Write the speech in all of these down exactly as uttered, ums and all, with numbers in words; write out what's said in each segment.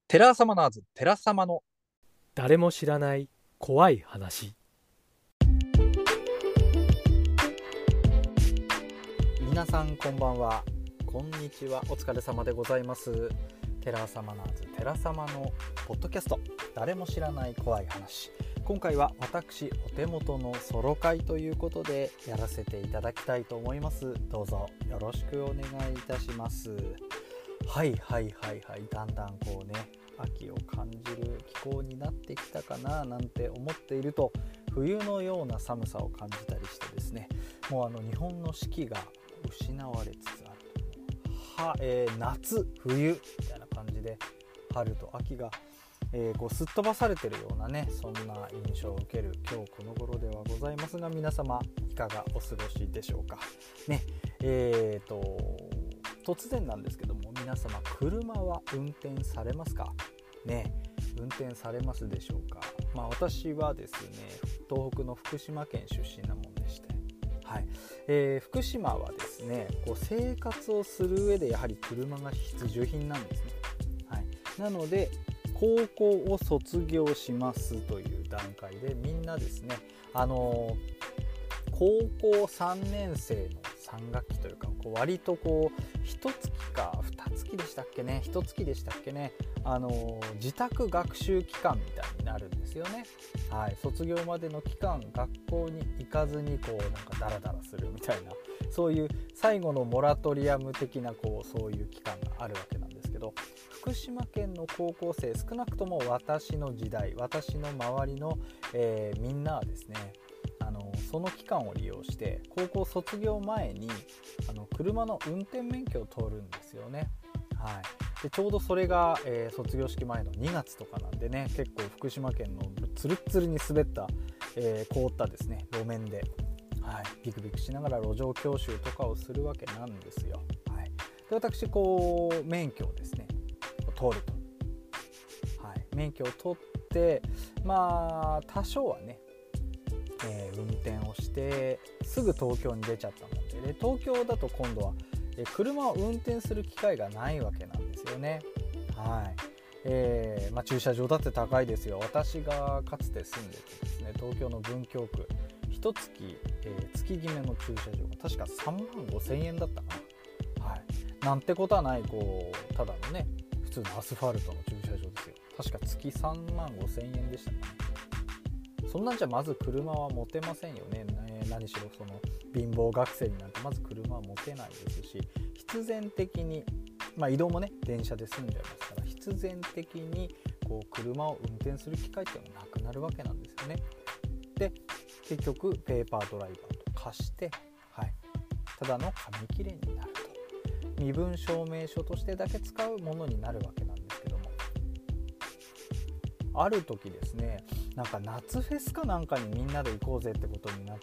テラサマナーズ、テラ様の。 誰も知らない怖い話。 皆さんこんばんは、こんにちは、お疲れ様でございます。テラサマナーズ、テラ様のポッドキャスト、誰も知らない怖い話。今回は私お手元のソロ会ということでやらせていただきたいと思います。どうぞよろしくお願いいたします。はいはいはいはい、だんだんこうね、秋を感じる気候になってきたかななんて思っていると、冬のような寒さを感じたりしてですね、もうあの日本の四季が失われつつあるとは、えー、夏冬みたいな感じで、春と秋が、えー、こうすっ飛ばされてるようなね、そんな印象を受ける今日この頃ではございますが、皆様いかがお過ごしでしょうかね。えーと突然なんですけども、皆様車は運転されますかね。運転されますでしょうか。まあ私はですね、東北の福島県出身なもんでして、はい、えー、福島はですね、こう生活をする上でやはり車が必需品なんですね。はい、なので高校を卒業しますという段階で、みんなですね、あのー、高校さんねん生のさん学期というか、こう割とこういちがつかにがつでしたっけね、いちがつでしたっけね、あのー、自宅学習期間みたいになるんですよね。はい、卒業までの期間学校に行かずにこうなんかダラダラするみたいな、そういう最後のモラトリアム的なこうそういう期間があるわけなんですけど、福島県の高校生、少なくとも私の時代、私の周りの、えー、みんなはですね、あのその期間を利用して高校卒業前にあの車の運転免許を取るんですよね。はい、でちょうどそれが、えー、卒業式前のにがつとかなんでね、結構福島県のツルッツルに滑った、えー、凍ったですね路面で、はい、ビクビクしながら路上教習とかをするわけなんですよ。はい、で私こう免許をですね取ると、はい、免許を取って、まあ多少はね、えー、運転をしてすぐ東京に出ちゃったもんで、で東京だと今度は、えー、車を運転する機会がないわけなんですよね。はい、えーまあ、駐車場だって高いですよ。私がかつて住んでてですね、東京の文京区、一月、えー、月決めの駐車場が確かさんまんごせんえんだったかな。はい、なんてことはないこうただのね普通のアスファルトの駐車場ですよ。確か月さんまんごせんえんでしたかね。そんなんじゃまず車は持てませんよね。何しろその貧乏学生になんてまず車は持てないですし、必然的に、まあ、移動もね電車で済んじゃいますから、必然的にこう車を運転する機会っていうのがなくなるわけなんですよね。で結局ペーパードライバーと貸して、はい、ただの紙切れになると、身分証明書としてだけ使うものになるわけなんですけども、ある時ですね、なんか夏フェスかなんかにみんなで行こうぜってことになって、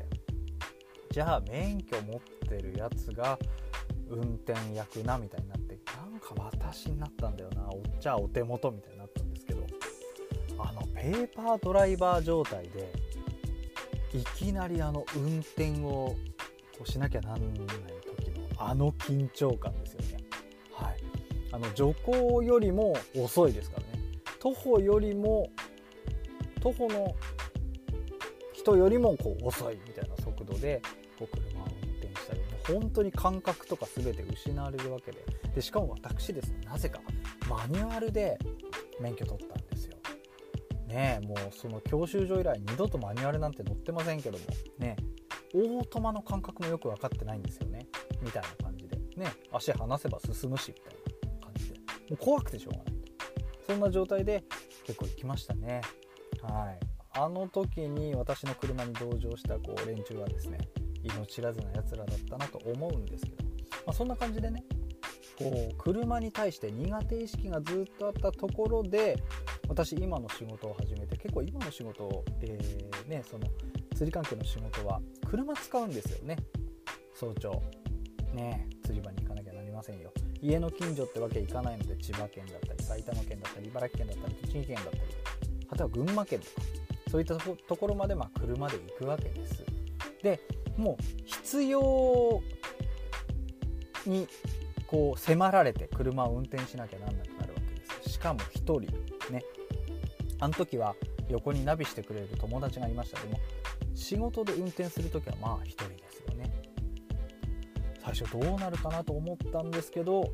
じゃあ免許持ってるやつが運転役なみたいになって、なんか私になったんだよな、おっちゃお手元みたいになったんですけど、あのペーパードライバー状態でいきなりあの運転をこうしなきゃなんない時のあの緊張感ですよね。はい、あの徐行よりも遅いですからね。徒歩よりも徒歩の人よりもこう遅いみたいな速度でこう車を運転したり、もう本当に感覚とか全て失われるわけで、でしかも私ですね、なぜかマニュアルで免許取ったんですよね。もうその教習所以来二度とマニュアルなんて載ってませんけどもね、オートマの感覚もよく分かってないんですよね、みたいな感じでね、足離せば進むしみたいな感じで、もう怖くてしょうがない、そんな状態で結構行きましたね。はい、あの時に私の車に同乗したこう連中はですね、命知らずなやつらだったなと思うんですけど、まあ、そんな感じでね、こう車に対して苦手意識がずっとあったところで、私今の仕事を始めて、結構今の仕事を、えーね、その釣り関係の仕事は車使うんですよね。早朝ね、釣り場に行かなきゃなりませんよ。家の近所ってわけいかないので、千葉県だったり埼玉県だったり茨城県だったり栃木県だったり、あとは群馬県とか、そういったところまでまあ車で行くわけです。でもう必要にこう迫られて車を運転しなきゃなんなくなるわけです。しかもひとりね、あの時は横にナビしてくれる友達がいました。でも仕事で運転する時はまあひとりですよね。最初どうなるかなと思ったんですけど、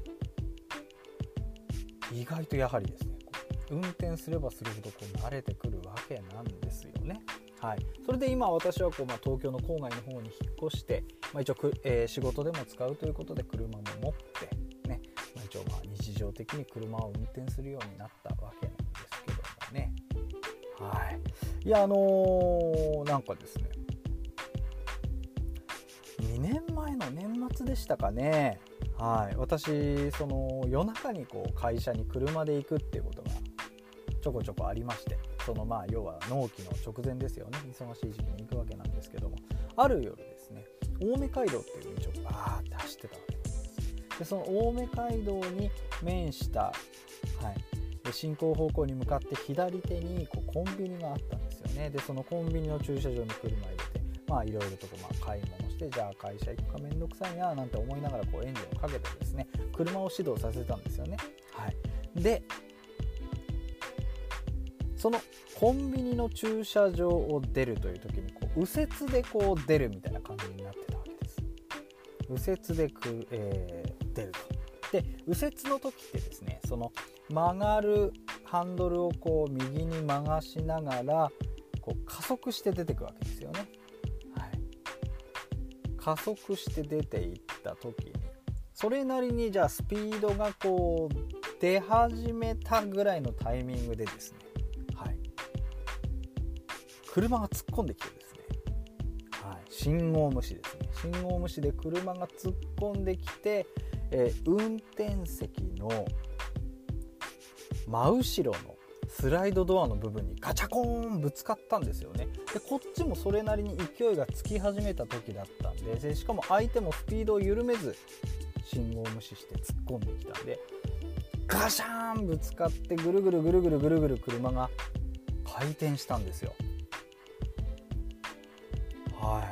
意外とやはりですね、運転すればするほどこう慣れてくるわけなんですよね。はい、それで今私はこう、まあ、東京の郊外の方に引っ越して、まあ、一応く、えー、仕事でも使うということで車も持ってね、まあ、一応まあ日常的に車を運転するようになったわけなんですけどもね。はい、いやあのー、なんかですね、にねんまえの年末でしたかね。はい、私その夜中にこう会社に車で行くっていうことがちょこちょこありまして、そのまあ要は納期の直前ですよね、忙しい時期に行くわけなんですけども、ある夜ですね、青梅街道っていう道をバーって走ってたわけです。でその青梅街道に面した、はい、で進行方向に向かって左手にこうコンビニがあったんですよね。でそのコンビニの駐車場に車入れて、まあいろいろとこうまあ買い物して、じゃあ会社行くかめんどくさいななんて思いながらこうエンジンをかけてですね、車を始動させたんですよね。はい、でそのコンビニの駐車場を出るという時にこう右折でこう出るみたいな感じになってたわけです。右折でく、えー、出ると。で右折の時ってですね、その曲がるハンドルをこう右に曲がしながらこう加速して出てくわけですよね。はい、加速して出ていった時にそれなりにじゃあスピードがこう出始めたぐらいのタイミングでですね、車が突っ込んできてですね、はい、信号無視ですね。信号無視で車が突っ込んできて、えー、運転席の真後ろのスライドドアの部分にガチャコーンぶつかったんですよね。でこっちもそれなりに勢いがつき始めた時だったんで、でしかも相手もスピードを緩めず信号無視して突っ込んできたんで、ガシャーンぶつかってぐるぐるぐるぐるぐるぐる車が回転したんですよ。はい、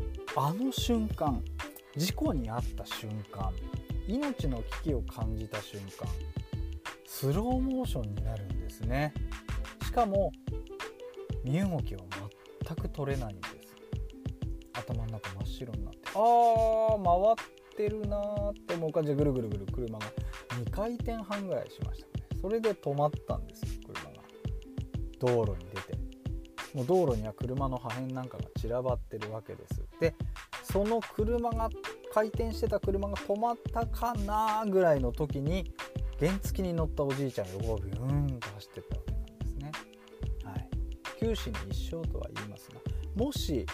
あの瞬間、事故に遭った瞬間、命の危機を感じた瞬間、スローモーションになるんですね。しかも身動きは全く取れないんです。頭の中真っ白になって、あー回ってるなーって思う感じでぐるぐるぐる車がにかいてんはんぐらいしましたね。それで止まったんですよ、車が。道路に出て、もう道路には車の破片なんかが散らばってるわけです。でその車が回転してた車が止まったかなぐらいの時に原付に乗ったおじいちゃんが横をビューンと走ってったわけなんですね。はい、九死に一生とは言いますが、もし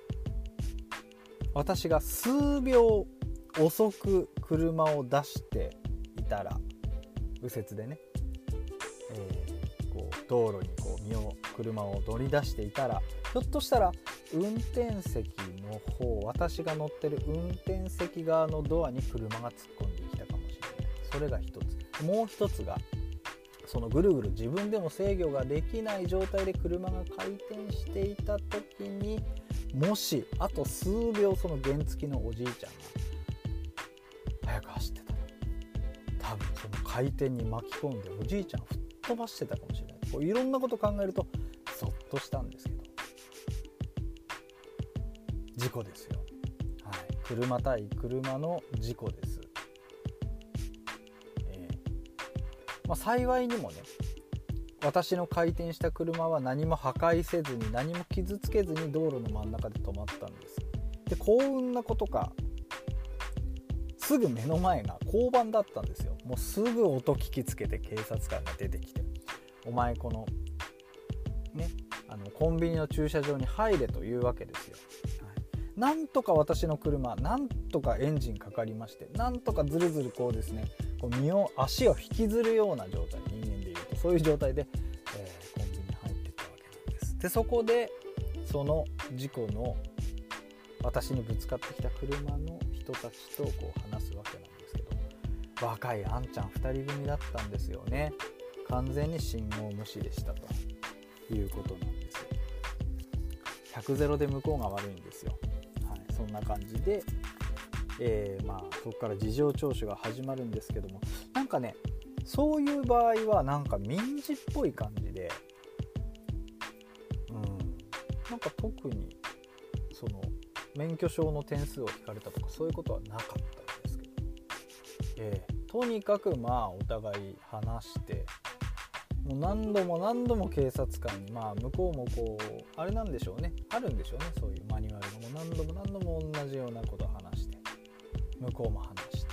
私が数秒遅く車を出していたら、右折でね、えー、こう道路にこう身を車を乗り出していたら、ひょっとしたら運転席の方、私が乗ってる運転席側のドアに車が突っ込んできたかもしれない。それが一つ。もう一つが、そのぐるぐる自分でも制御ができない状態で車が回転していた時に、もしあと数秒その原付のおじいちゃんが速く走ってたら、多分その回転に巻き込んでおじいちゃんを吹っ飛ばしてたかもしれない。こういろんなこと考えるとゾッとしたんですけど、事故ですよ。はい、車対車の事故です。えーまあ、幸いにもね、私の回転した車は何も破壊せずに、何も傷つけずに道路の真ん中で止まったんです。で幸運なことか、すぐ目の前が交番だったんですよ。もうすぐ音聞きつけて警察官が出てきて、お前このね、あのコンビニの駐車場に入れというわけですよ。はい、なんとか私の車、なんとかエンジンかかりまして、なんとかずるずるこうですね、こう身を足を引きずるような状態、人間でいうとそういう状態で、えー、コンビニに入っていったわけなんです。でそこでその事故の私にぶつかってきた車の人たちとこう話すわけなんですけど、若いあんちゃんふたり組だったんですよね。完全に信号無視でしたということなんです。ひゃくゼロで向こうが悪いんですよ。はい、そんな感じで、えー、まあそこから事情聴取が始まるんですけども、なんかね、 そういう場合はなんか民事っぽい感じで、うん、なんか特にその免許証の点数を聞かれたとかそういうことはなかったんですけど、えー、とにかくまあお互い話して、もう何度も何度も警察官に、まあ向こうもこうあれなんでしょうね、あるんでしょうね、そういうマニュアルがもう何度も何度も同じようなことを話して、向こうも話して、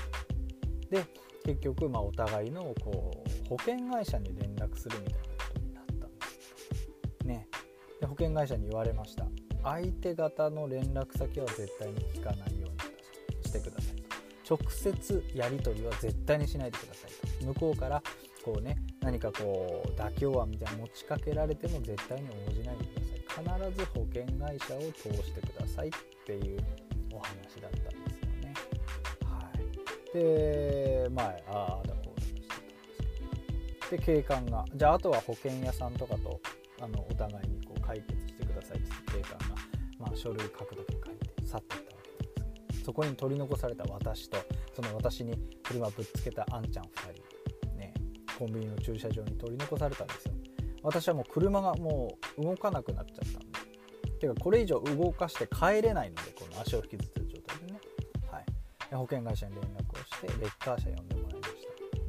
で結局まあお互いのこう保険会社に連絡するみたいなことになったんですね。で保険会社に言われました。相手方の連絡先は絶対に聞かないようにしてくださいと。直接やり取りは絶対にしないでくださいと。向こうからこうね、何かこう妥協案みたいな持ちかけられても絶対に応じないでください。必ず保険会社を通してくださいっていうお話だったんですよね。はい。で、まあ、ああだこうだしてたんですけど、で警官がじゃああとは保険屋さんとかとあのお互いにこう解決してくださいって警官が、まあ、書類書くだけ書いて去っていったわけなんですけど、そこに取り残された私とその私に車ぶっつけたあんちゃんふたりね、コンビニの駐車場に取り残されたんですよ。私はもう車がもう動かなくなっちゃったんで、てかこれ以上動かして帰れないので、この足を引きずってる状態でね、はい、で保険会社に連絡をしてレッカー車呼んでもらいました。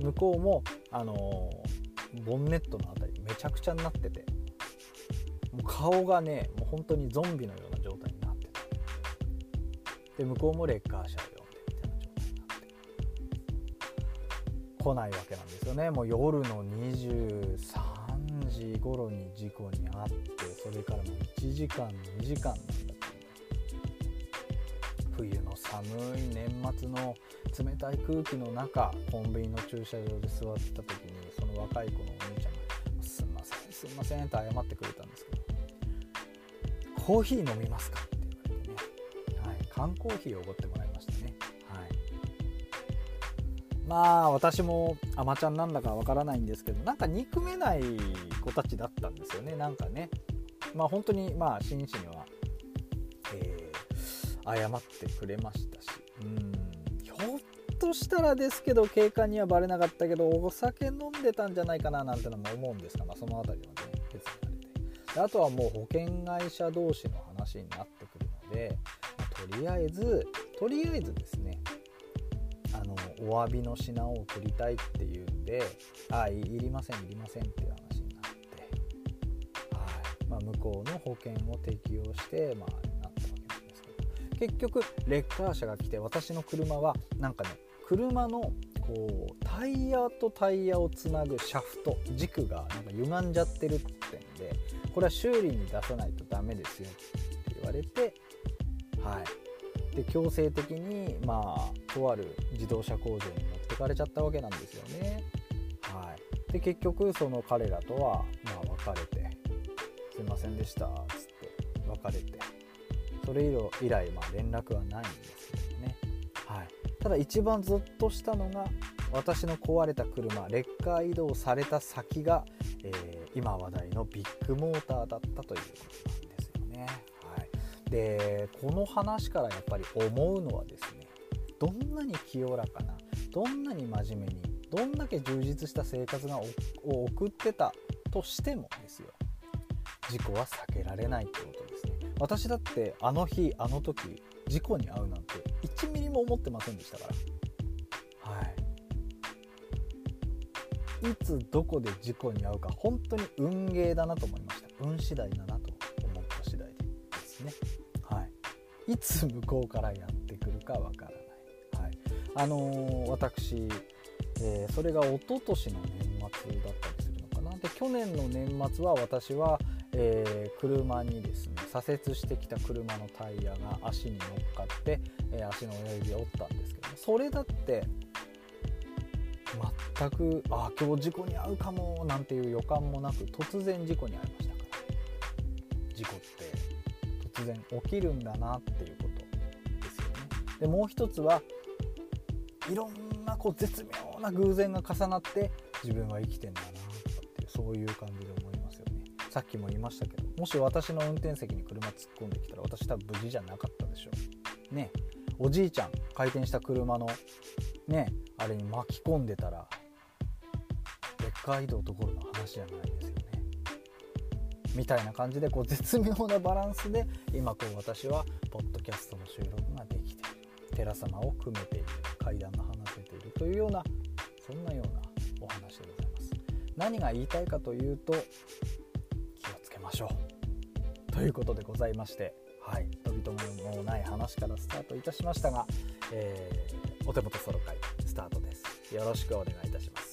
向こうもあのー、ボンネットのあたりめちゃくちゃになってて、もう顔がねもう本当にゾンビのような状態になってた。で向こうもレッカー車を呼んでみたいな状態になって来ないわけなんですよね。もう夜のにじゅうさんじ頃に事故に遭って、それからもういちじかんにじかんなんだったんだ。冬の寒い年末の冷たい空気の中、コンビニの駐車場で座ってた時に、その若い子のお兄ちゃんがすいませんすいませんって謝ってくれたんですけど、コーヒー飲みますかって言われてね、はい、缶コーヒーをおごってもらいましたね。はい、まあ私もアマちゃんなんだかわからないんですけど、なんか憎めない子たちだったんですよね。なんかね、まあ本当にまあ真摯には、えー、謝ってくれましたし、うーんひょっとしたらですけど警官にはバレなかったけどお酒飲んでたんじゃないかななんてのも思うんですが、まあそのあたりはね別にあれで、であとはもう保険会社同士の話になってくるので、まあ、とりあえずとりあえずですね、あのお詫びの品を送りたいっていうんで、あいりませんいりませんっていう話になって、はいまあ、向こうの保険を適用して、まあ、なったわけなんですけど、結局レッカー車が来て、私の車はなんかね、車のこうタイヤとタイヤをつなぐシャフト軸がなんか歪んじゃってるってんで、これは修理に出さないとダメですよって言われて、はいで強制的にまあとある自動車工場に持ってかれちゃったわけなんですよね。はい、で結局その彼らとはまあ別れて、すいませんでしたっつって別れて、それ以来まあ連絡はないんですけどね。はい、ただ一番ゾッとしたのが、私の壊れた車レッカー移動された先が、えー、今話題のビッグモーターだったということなんですよね。はい、でこの話からやっぱり思うのはですね、どんなに清らかな、どんなに真面目に、どんだけ充実した生活がを送ってたとしてもですよ、事故は避けられないってことですね。私だってあの日あの時事故に遭うなんていちミリも思ってませんでしたから、はい、いつどこで事故に遭うか本当に運ゲーだなと思いました。運次第だなと思った次第ですね。はい、いつ向こうからやってくるかわからない。はい、あのー、私、えー、それが一昨年の年末だったりするのかな。で去年の年末は私はえー、車にですね、左折してきた車のタイヤが足に乗っかって、えー、足の親指を折ったんですけど、それだって全くあ今日事故に遭うかもなんていう予感もなく、突然事故に遭いましたから。事故って突然起きるんだなっていうことですよね。でもう一つはいろんなこう絶妙な偶然が重なって自分は生きてんだなとかっていう、そういう感じで思いますよね。さっきも言いましたけど、もし私の運転席に車突っ込んできたら私多分無事じゃなかったでしょうね。おじいちゃん回転した車のねあれに巻き込んでたらガイドどころの話じゃないですよねみたいな感じでこう絶妙なバランスで今こう私はポッドキャストの収録ができている、寺様を組めている、階段が話せているというようなそんなようなお話でございます。何が言いたいかというと、気をつけましょうということでございまして、はい、飛び止めもない話からスタートいたしましたが、えー、お手元ソロ会スタートです。よろしくお願いいたします。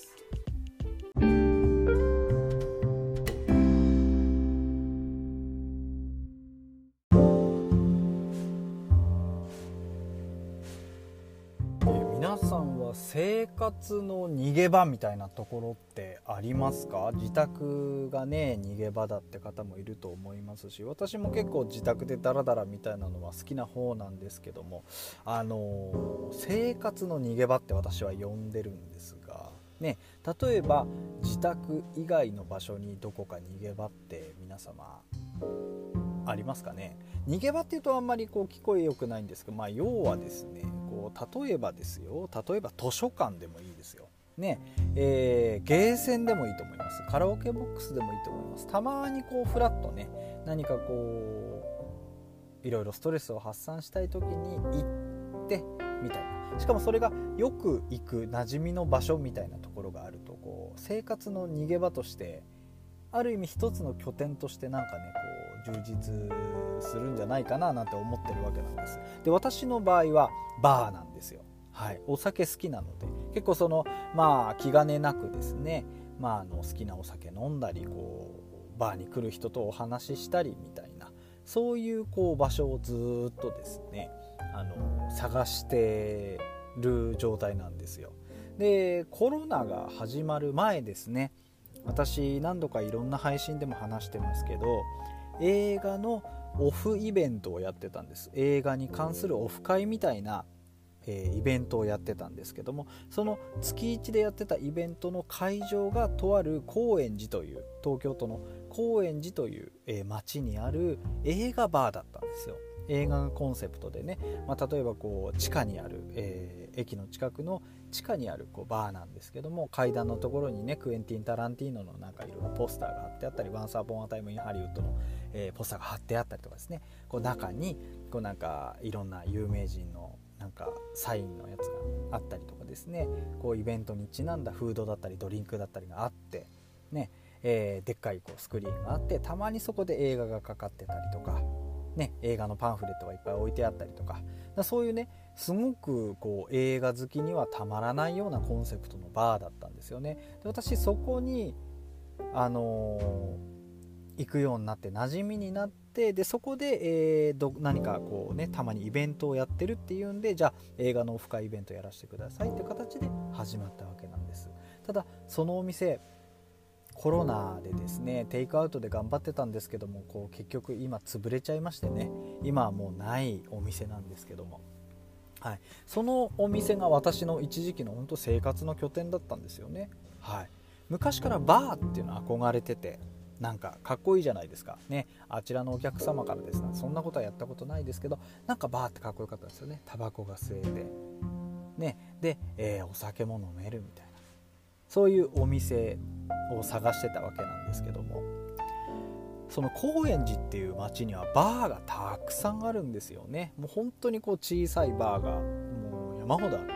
皆さんは生活の逃げ場みたいなところってありますか？自宅がね逃げ場だって方もいると思いますし、私も結構自宅でダラダラみたいなのは好きな方なんですけども、あの生活の逃げ場って私は呼んでるんですがね、例えば自宅以外の場所にどこか逃げ場って皆様ありますかね？逃げ場っていうとあんまりこう聞こえよくないんですけど、まあ要はですね、こう例えばですよ、例えば図書館でもいいですよね、えー、ゲーセンでもいいと思います。カラオケボックスでもいいと思います。たまにこうフラッとね、何かこういろいろストレスを発散したい時に行ってみたいな、しかもそれがよく行く馴染みの場所みたいなところがあると、こう生活の逃げ場としてある意味一つの拠点としてなんかねこう充実するんじゃないかななんて思ってるわけなんです。で、私の場合はバーなんですよ。はい、お酒好きなので結構そのまあ気兼ねなくですね、まあ、あの好きなお酒飲んだり、こうバーに来る人とお話ししたりみたいな、そういうこう場所をずっとですねあの探してる状態なんですよ。で、コロナが始まる前ですね、私何度かいろんな配信でも話してますけど、映画のオフイベントをやってたんです。映画に関するオフ会みたいな、えー、イベントをやってたんですけども、その月いちでやってたイベントの会場がとある高円寺という、東京都の高円寺という、えー、町にある映画バーだったんですよ。映画がコンセプトでね、まあ、例えばこう地下にある、えー、駅の近くの地下にあるこうバーなんですけども、階段のところにねクエンティン・タランティーノのなんかいろいろポスターが貼ってあったり、ワンサーポンアタイムインハリウッドの、えー、ポスターが貼ってあったりとかですね、こう中にこうなんかいろんな有名人のなんかサインのやつがあったりとかですね、こうイベントにちなんだフードだったりドリンクだったりがあってね、えー、でっかいこうスクリーンがあって、たまにそこで映画がかかってたりとかね、映画のパンフレットがいっぱい置いてあったりとか、だそういうねすごくこう映画好きにはたまらないようなコンセプトのバーだったんですよね。で、私そこにあのー、行くようになって馴染みになって、でそこで、えー、ど何かこうねたまにイベントをやってるっていうんで、じゃあ映画のオフ会イベントやらせてくださいっていう形で始まったわけなんです。ただそのお店コロナでですねテイクアウトで頑張ってたんですけども、こう結局今潰れちゃいましてね、今はもうないお店なんですけども、はい、そのお店が私の一時期の本当生活の拠点だったんですよね。はい、昔からバーっていうのは憧れてて、なんかかっこいいじゃないですかね。あちらのお客様からですね、そんなことはやったことないですけど、なんかバーってかっこよかったですよね。タバコが吸えてね、で、えー、お酒も飲めるみたいな、そういうお店を探してたわけなんですけども、その高円寺っていう街にはバーがたくさんあるんですよね。もう本当にこう小さいバーがもう山ほどあって、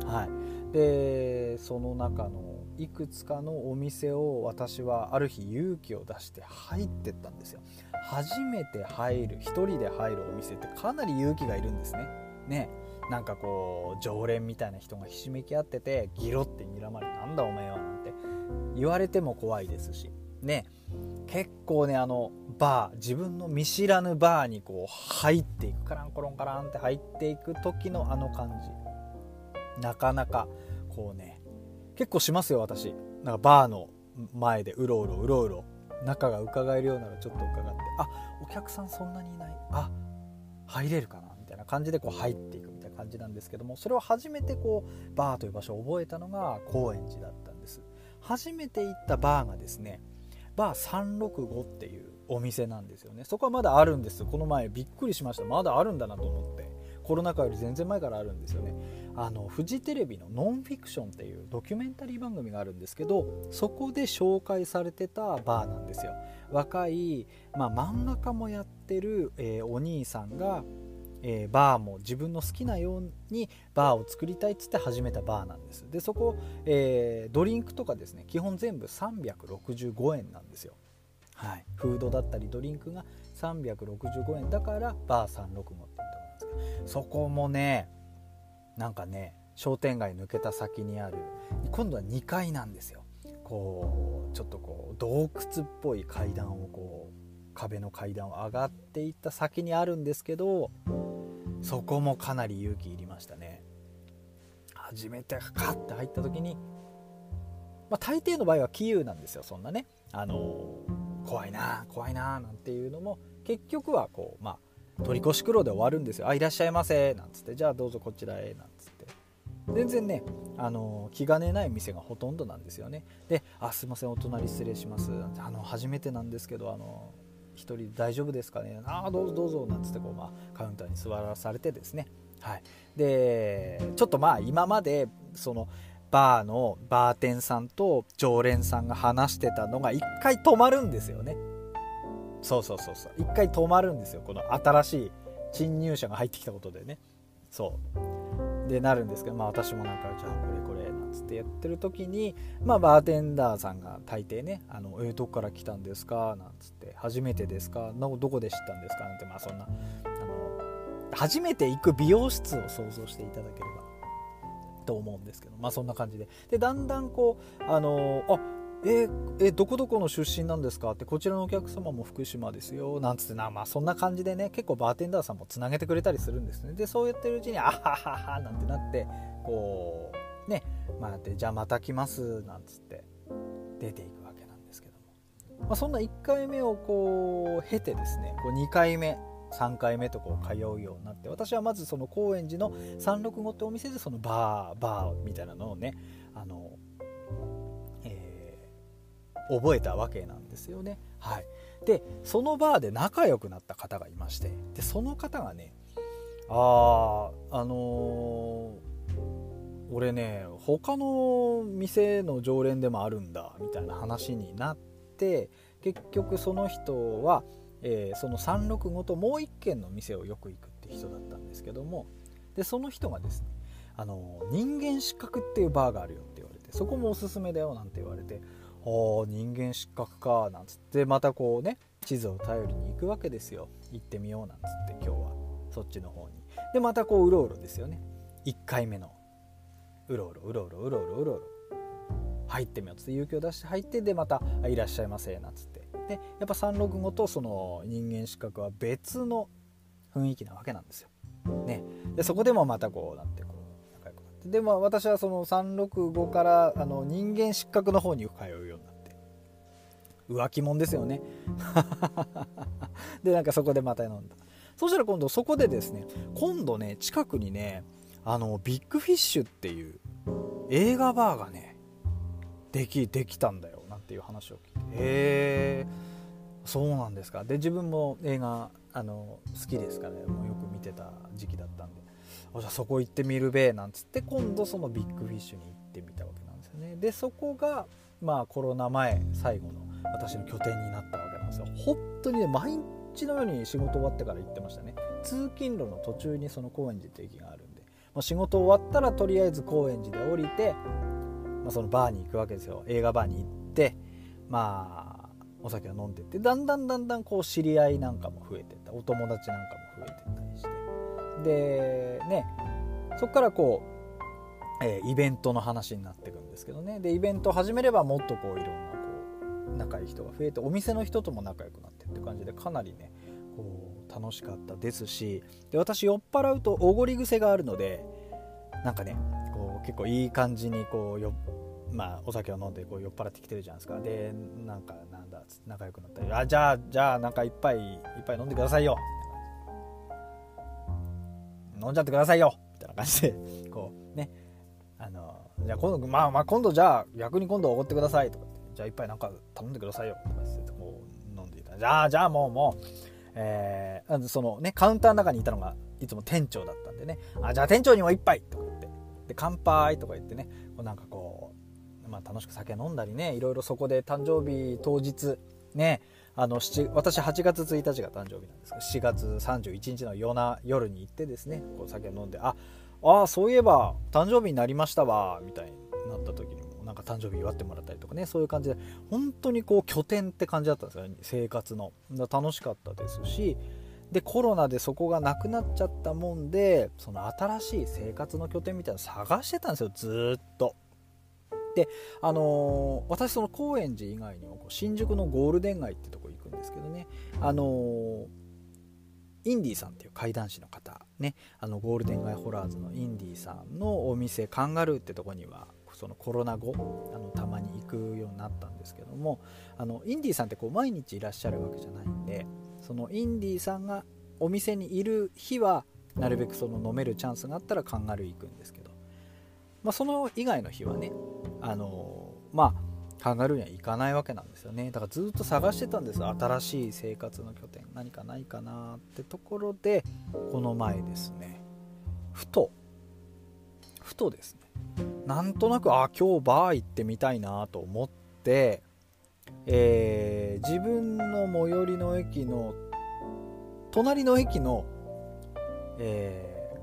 はい、でその中のいくつかのお店を私はある日勇気を出して入ってったんですよ。初めて入る、一人で入るお店ってかなり勇気がいるんですね。ね、なんかこう常連みたいな人がひしめき合っててギロって睨まれ、なんだお前はなんて言われても怖いですしね、結構ねあのバー、自分の見知らぬバーにこう入っていく、カランコロンカランって入っていく時のあの感じ、なかなかこうね結構しますよ。私なんかバーの前でうろうろうろうろ中が伺えるようならちょっと伺って、あ、お客さんそんなにいない、あ、入れるかなみたいな感じでこう入っていくみたいな感じなんですけども、それを初めてこうバーという場所を覚えたのが高円寺だったんです。初めて行ったバーがですね、バーさんろくごっていうお店なんですよね。そこはまだあるんです。この前びっくりしました。まだあるんだなと思って、コロナ禍より全然前からあるんですよね。 あのフジテレビのノンフィクションっていうドキュメンタリー番組があるんですけど、そこで紹介されてたバーなんですよ。若い、まあ、漫画家もやってる、えー、お兄さんが、えー、バーも自分の好きなようにバーを作りたいっつって始めたバーなんです。でそこ、えー、ドリンクとかですね基本全部さんびゃくろくじゅうごえんなんですよ。はい、フードだったりドリンクがさんびゃくろくじゅうごえんだからバーさんろくごっていうところなんですけど、そこもねなんかね商店街抜けた先にある今度はにかいなんですよ。こうちょっとこう洞窟っぽい階段をこう壁の階段を上がっていった先にあるんですけど、そこもかなり勇気いりましたね。初めてカッて入った時に、まあ、大抵の場合は杞憂なんですよ。そんなねあの怖いな怖いななんていうのも結局はこうまあ取り越し苦労で終わるんですよ。あいらっしゃいませなんつって、じゃあどうぞこちらへなんつって、全然ねあの気兼ねない店がほとんどなんですよね。で、あすいませんお隣失礼します、あの初めてなんですけどあの一人大丈夫ですかね、あどうぞどうぞなんつってこう、まあ、カウンターに座らされてですね、はい、でちょっとまあ今までそのバーのバーテンさんと常連さんが話してたのが一回止まるんですよね。そうそうそうそう一回止まるんですよ。この新しい侵入者が入ってきたことでね、そうでなるんですけど、まあ私もなんかじゃあこれこれなんつってやってる時に、まあバーテンダーさんが大抵ねあのえー、どこから来たんですかなんつって、初めてですか、どこで知ったんですかなんて、まあそんなあの初めて行く美容室を想像していただければと思うんですけど、まあそんな感じで、でだんだんこうあのあえー、えどこどこの出身なんですかって、こちらのお客様も福島ですよなんつってな、まあそんな感じでね結構バーテンダーさんもつなげてくれたりするんですね。でそうやってるうちにあはははなんてなってこうねまあでじゃあまた来ますなんつって出ていくわけなんですけども、まあ、そんないっかいめをこう経てですね、こうにかいめさんかいめとこう通うようになって、私はまずその高円寺のさんろくごってお店でそのバーバーみたいなのをねあの、えー、覚えたわけなんですよね。はい、でそのバーで仲良くなった方がいまして、でその方がねあああのー、俺ね他の店の常連でもあるんだみたいな話になって、結局その人はえー、そのさんろくごともう一軒の店をよく行くって人だったんですけども、でその人がですねあの人間失格っていうバーがあるよって言われて、そこもおすすめだよなんて言われて、あー人間失格かなんつってまたこうね地図を頼りに行くわけですよ。行ってみようなんつって今日はそっちの方に、でまたこううろうろですよね。いっかいめのうろうろうろうろうろうろうろうろ入ってみようっつって勇気を出して入って、でまたいらっしゃいませなんつって、でやっぱさんろくごとその人間失格は別の雰囲気なわけなんですよ、ね、でそこでもまたこうなってこう仲良くなって、でも私はそのさんろくごからあの人間失格の方に通うようになって、浮気もんですよねでなんかそこでまた飲んだ。そしたら今度そこでですね今度ね近くにねあのビッグフィッシュっていう映画バーがねできできたんだよなんていう話を聞いて、へーそうなんですか。で自分も映画あの好きですから、ね、もうよく見てた時期だったんで、じゃあそこ行ってみるべなんつって今度そのビッグフィッシュに行ってみたわけなんですよね。でそこがまあコロナ前最後の私の拠点になったわけなんですよ。本当にね毎日のように仕事終わってから行ってましたね。通勤路の途中にその高円寺って駅があるんで、まあ、仕事終わったらとりあえず高円寺で降りて、まあ、そのバーに行くわけですよ。映画バーに行ってまあお酒を飲んでって、だんだんだんだんこう知り合いなんかも増えてった、お友達なんかも増えてったりして、でねそこからこう、えー、イベントの話になっていくんですけどね。でイベントを始めればもっとこういろんなこう仲いい人が増えて、お店の人とも仲良くなってって感じで、かなりねこう楽しかったですし、で私酔っ払うとおごり癖があるので、なんかねこう結構いい感じにこうよまあ、お酒を飲んでこう酔っ払ってきてるじゃないですか。でなんかなんだつって仲良くなったり、あじゃあじゃあなんか一杯一杯飲んでくださいよ飲んじゃってくださいよみたいな感じでこうねあのじゃあ今度まあまあ今度じゃあ逆に今度おごってくださいとかって、じゃあ一杯なんか頼んでくださいよとかってこう飲んでいた、じゃあじゃあもうもうえー、そのねカウンターの中にいたのがいつも店長だったんでね、あじゃあ店長にも一杯とか言ってで乾杯とか言ってね、こうなんかこう、まあ、楽しく酒飲んだりね、いろいろそこで誕生日当日ね、あの私はちがつついたちが誕生日なんですが、しがつさんじゅういちにちの夜な夜に行ってですね、こう酒を飲んで、ああそういえば誕生日になりましたわみたいになった時にもなんか誕生日祝ってもらったりとかね、そういう感じで本当にこう拠点って感じだったんですよね、生活の。楽しかったですし、でコロナでそこがなくなっちゃったもんで、その新しい生活の拠点みたいなの探してたんですよ、ずっと。であのー、私その高円寺以外にも新宿のゴールデン街ってとこ行くんですけどね、あのー、インディーさんっていう怪談師の方ね、あのゴールデン街ホラーズのインディーさんのお店カンガルーってとこにはそのコロナ後あのたまに行くようになったんですけども、あのインディーさんってこう毎日いらっしゃるわけじゃないんで、そのインディーさんがお店にいる日はなるべくその飲めるチャンスがあったらカンガルー行くんですけど、まあ、その以外の日はね、あのー、まあカンガルーには行かないわけなんですよね。だからずっと探してたんです。新しい生活の拠点何かないかなってところで、この前ですね、ふとふとですねなんとなくあ今日バー行ってみたいなと思って、えー、自分の最寄りの駅の隣の駅の、え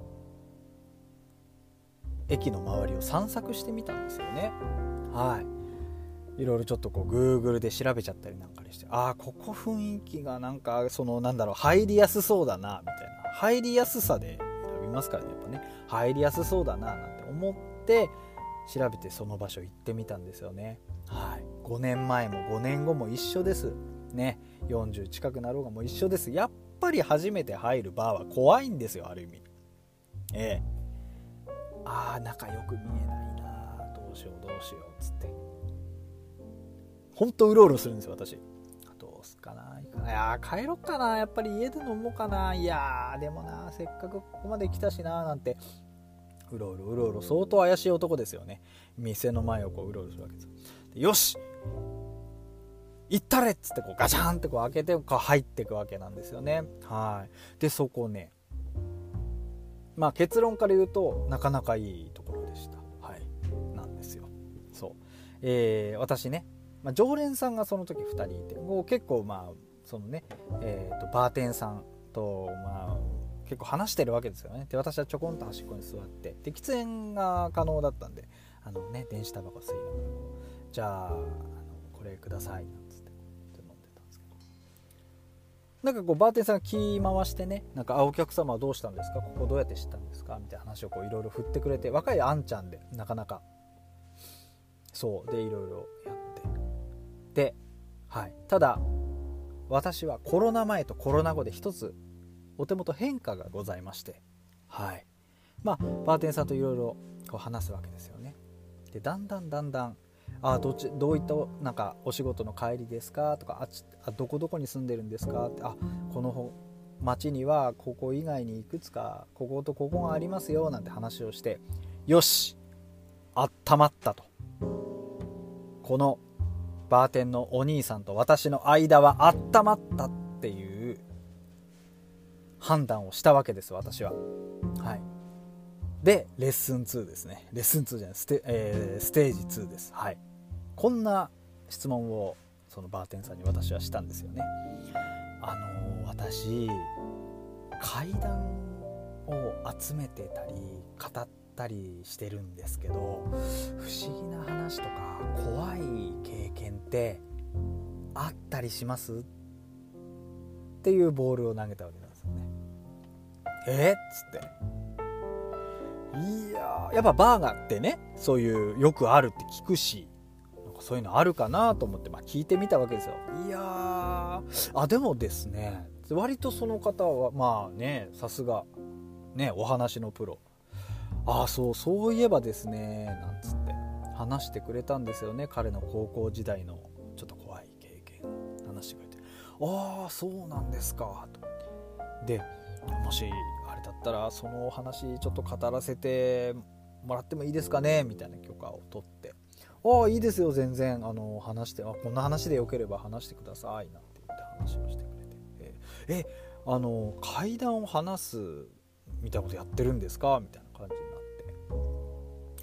ー、駅の周りを散策してみたんですよね。はいいろいろちょっとこう Google で調べちゃったりなんかして、ああここ雰囲気がなんかそのなんだろう入りやすそうだなみたいな、入りやすさで選びますからね、やっぱね入りやすそうだななんて思って調べてその場所行ってみたんですよね。はい、ごねんまえもごねんごも一緒ですね。よんじゅう近くなろうがもう一緒です。やっぱり初めて入るバーは怖いんですよ、ある意味。ええああ中よく見えないな、どうしようどうしようっつってほんとうろうろするんですよ私。どうすかな、いかないや帰ろっかな、やっぱり家で飲もうかな、いやでもなせっかくここまで来たしななんてうろうろうろうろ、相当怪しい男ですよね。店の前をこううろうろするわけです。でよし行ったれっつってこうガチャンってこう開けてこう入っていくわけなんですよね。はいでそこね、まあ結論から言うとなかなかいいところでした。はいなんですよ。そう、えー、私ね、まあ、常連さんがその時ふたりいて、もう結構まあそのね、えー、とバーテンさんとまあ結構話してるわけですよね。で私はちょこんと端っこに座って、で喫煙が可能だったんで、あのね電子タバコ吸いながらじゃあ、あのこれくださいなんつって飲んでたんですけど、なんかこうバーテンさんが気回してね、なんかあお客様はどうしたんですか、ここどうやって知ったんですかみたいな話をこういろいろ振ってくれて、若いあんちゃんでなかなかそうでいろいろやってで、はい、ただ私はコロナ前とコロナ後で一つお手元変化がございまして、はいまあバーテンさんといろいろ話すわけですよね。でだんだんだんだんあどっちどういったなんかお仕事の帰りですかとか、あちあどこどこに住んでるんですかって、あこの町にはここ以外にいくつかこことここがありますよなんて話をして、よしあったまったと、このバーテンのお兄さんと私の間はあったまったっていう判断をしたわけです私は。はいでレッスンツーですね。レッスンツーじゃないステ、えー、ステージツーです。はいこんな質問をそのバーテンさんに私はしたんですよね。あのー、私怪談を集めてたり語ったりしてるんですけど、不思議な話とか怖い経験ってあったりしますっていうボールを投げたわけなんですよね。えっつっていややっぱバーガーってねそういうよくあるって聞くし、なんかそういうのあるかなと思って、まあ、聞いてみたわけですよ。いやあでもですね割とその方はまあねさすがねお話のプロ、あそうそういえばですねなんつって話してくれたんですよね。彼の高校時代のちょっと怖い経験を話してくれて、ああそうなんですかと。でもしあれだったらそのお話ちょっと語らせてもらってもいいですかねみたいな許可を取って、ああいいですよ全然あの話して、あこんな話でよければ話してくださいなんて言って話をしてくれて、ええあの怪談を話すみたいなことやってるんですかみたいな感じになって、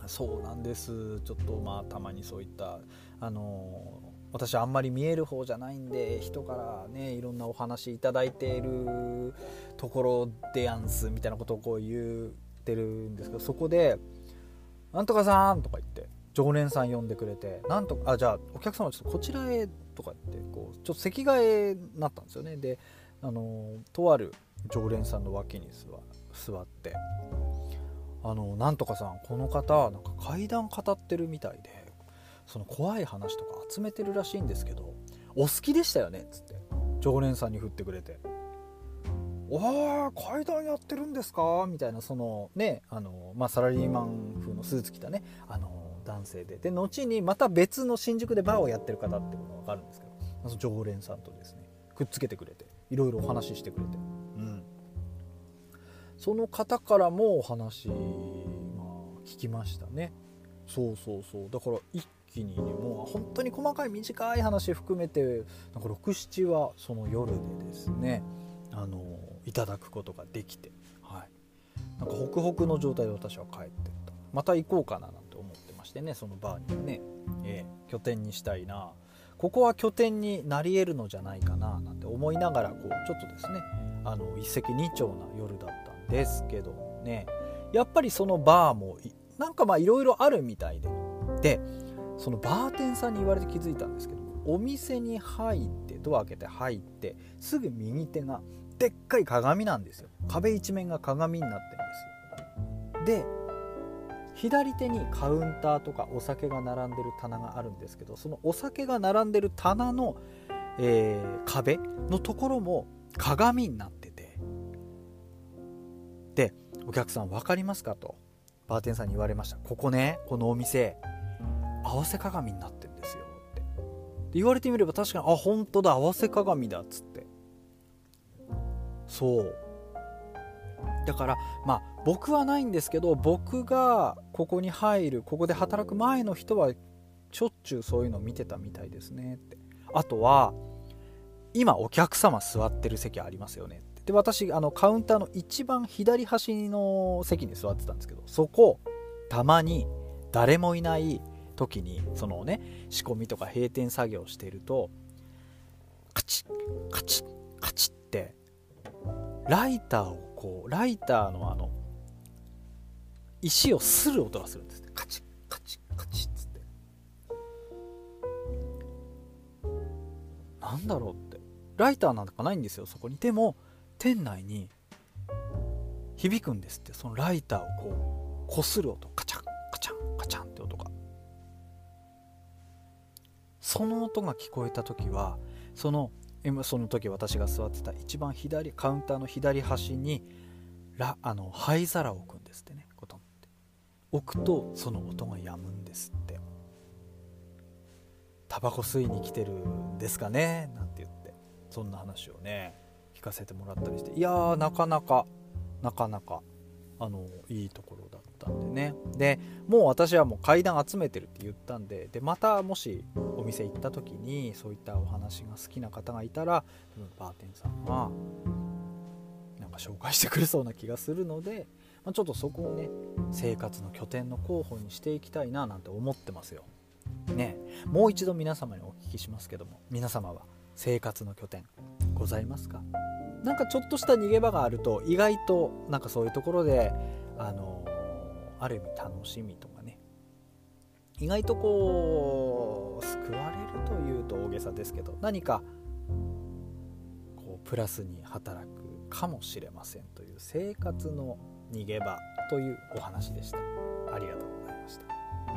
そうなんです。ちょっとまあたまにそういったあの私あんまり見える方じゃないんで、人からねいろんなお話いただいているところでやんすみたいなことをこう言ってるんですけど、そこでなんとかさんとか言って常連さん呼んでくれて、なんとかあじゃあお客様ちょっとこちらへとか言ってこうちょっと席替えになったんですよね。であのとある常連さんの脇に座座ってあのなんとかさんこの方なんか怪談語ってるみたいでその怖い話とか集めてるらしいんですけどお好きでしたよねっつって常連さんに振ってくれて、おー怪談やってるんですかみたいな、そのねあの、まあ、サラリーマン風のスーツ着たねあの男性でで後にまた別の新宿でバーをやってる方ってことが分かるんですけど、その常連さんとですねくっつけてくれていろいろお話ししてくれて、うん、その方からもお話、まあ、聞きましたね。そうそうそう、だから一気にねもう本当に細かい短い話含めてなんかろく、ななはその夜でですねあのいただくことができて、はい、なんかホクホクの状態で私は帰ってった。また行こうかななんて思ってましてね、そのバーにはね、えー、拠点にしたいな、ここは拠点になり得るのじゃないかななんて思いながらこうちょっとですねあの一石二鳥な夜だったんですけどもね、やっぱりそのバーもなんかまあいろいろあるみたいで、でそのバーテンさんに言われて気づいたんですけど、お店に入ってドア開けて入ってすぐ右手がでっかい鏡なんですよ。壁一面が鏡になってるんですよ。で左手にカウンターとかお酒が並んでる棚があるんですけど、そのお酒が並んでる棚の、えー、壁のところも鏡になってて、でお客さん分かりますかとバーテンさんに言われました。ここねこのお店合わせ鏡になってるんですよって言われてみれば確かにあ本当だ合わせ鏡だっつって、そうだからまあ僕はないんですけど、僕がここに入るここで働く前の人はしょっちゅうそういうのを見てたみたいですねって。あとは今お客様座ってる席ありますよねって。で私あのカウンターの一番左端の席に座ってたんですけど、そこたまに誰もいない時にそのね仕込みとか閉店作業してるとカチッカチッカチッってライターをこうライターのあの石をする音がするんです。カチッカチッカチッつってなんだろうって、ライターなんかないんですよそこに。でも店内に響くんですって、そのライターをこう擦る音、カチャンカチャンカチャンって音が。その音が聞こえた時はその今その時私が座ってた一番左カウンターの左端にラあの灰皿を置くんですってね、コトンって置くとその音が止むんですって。タバコ吸いに来てるんですかねなんて言ってそんな話をね聞かせてもらったりして、いやーなかなかなかなかあのいいところだったんでね。でもう私はもう階段集めてるって言ったんで、でまたもしお店行った時にそういったお話が好きな方がいたらバーテンさんがなんか紹介してくれそうな気がするので、まあ、ちょっとそこをね生活の拠点の候補にしていきたいななんて思ってますよね。もう一度皆様にお聞きしますけども、皆様は生活の拠点ございますか？なんかちょっとした逃げ場があると意外となんかそういうところであのある意味楽しみとかね、意外とこう救われるというと大げさですけど何かこうプラスに働くかもしれませんという生活の逃げ場というお話でした。ありがとうございました。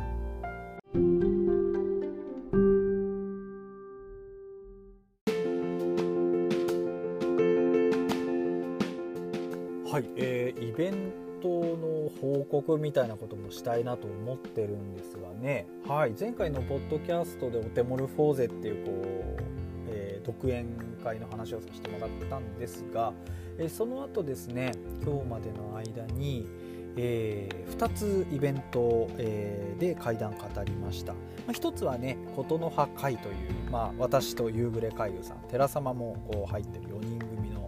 はい、えー、イベントの報告みたいなこともしたいなと思ってるんですがね、はい、前回のポッドキャストでオテモルフォーゼっていうこう、えー、独演会の話をさせてもらったんですが、えー、その後ですね今日までの間に、えー、ふたつイベント、えー、で怪談語りました。まあ、ひとつはね琴の葉会という、まあ、私と夕暮れ海遊さん寺様もこう入ってるよにん組の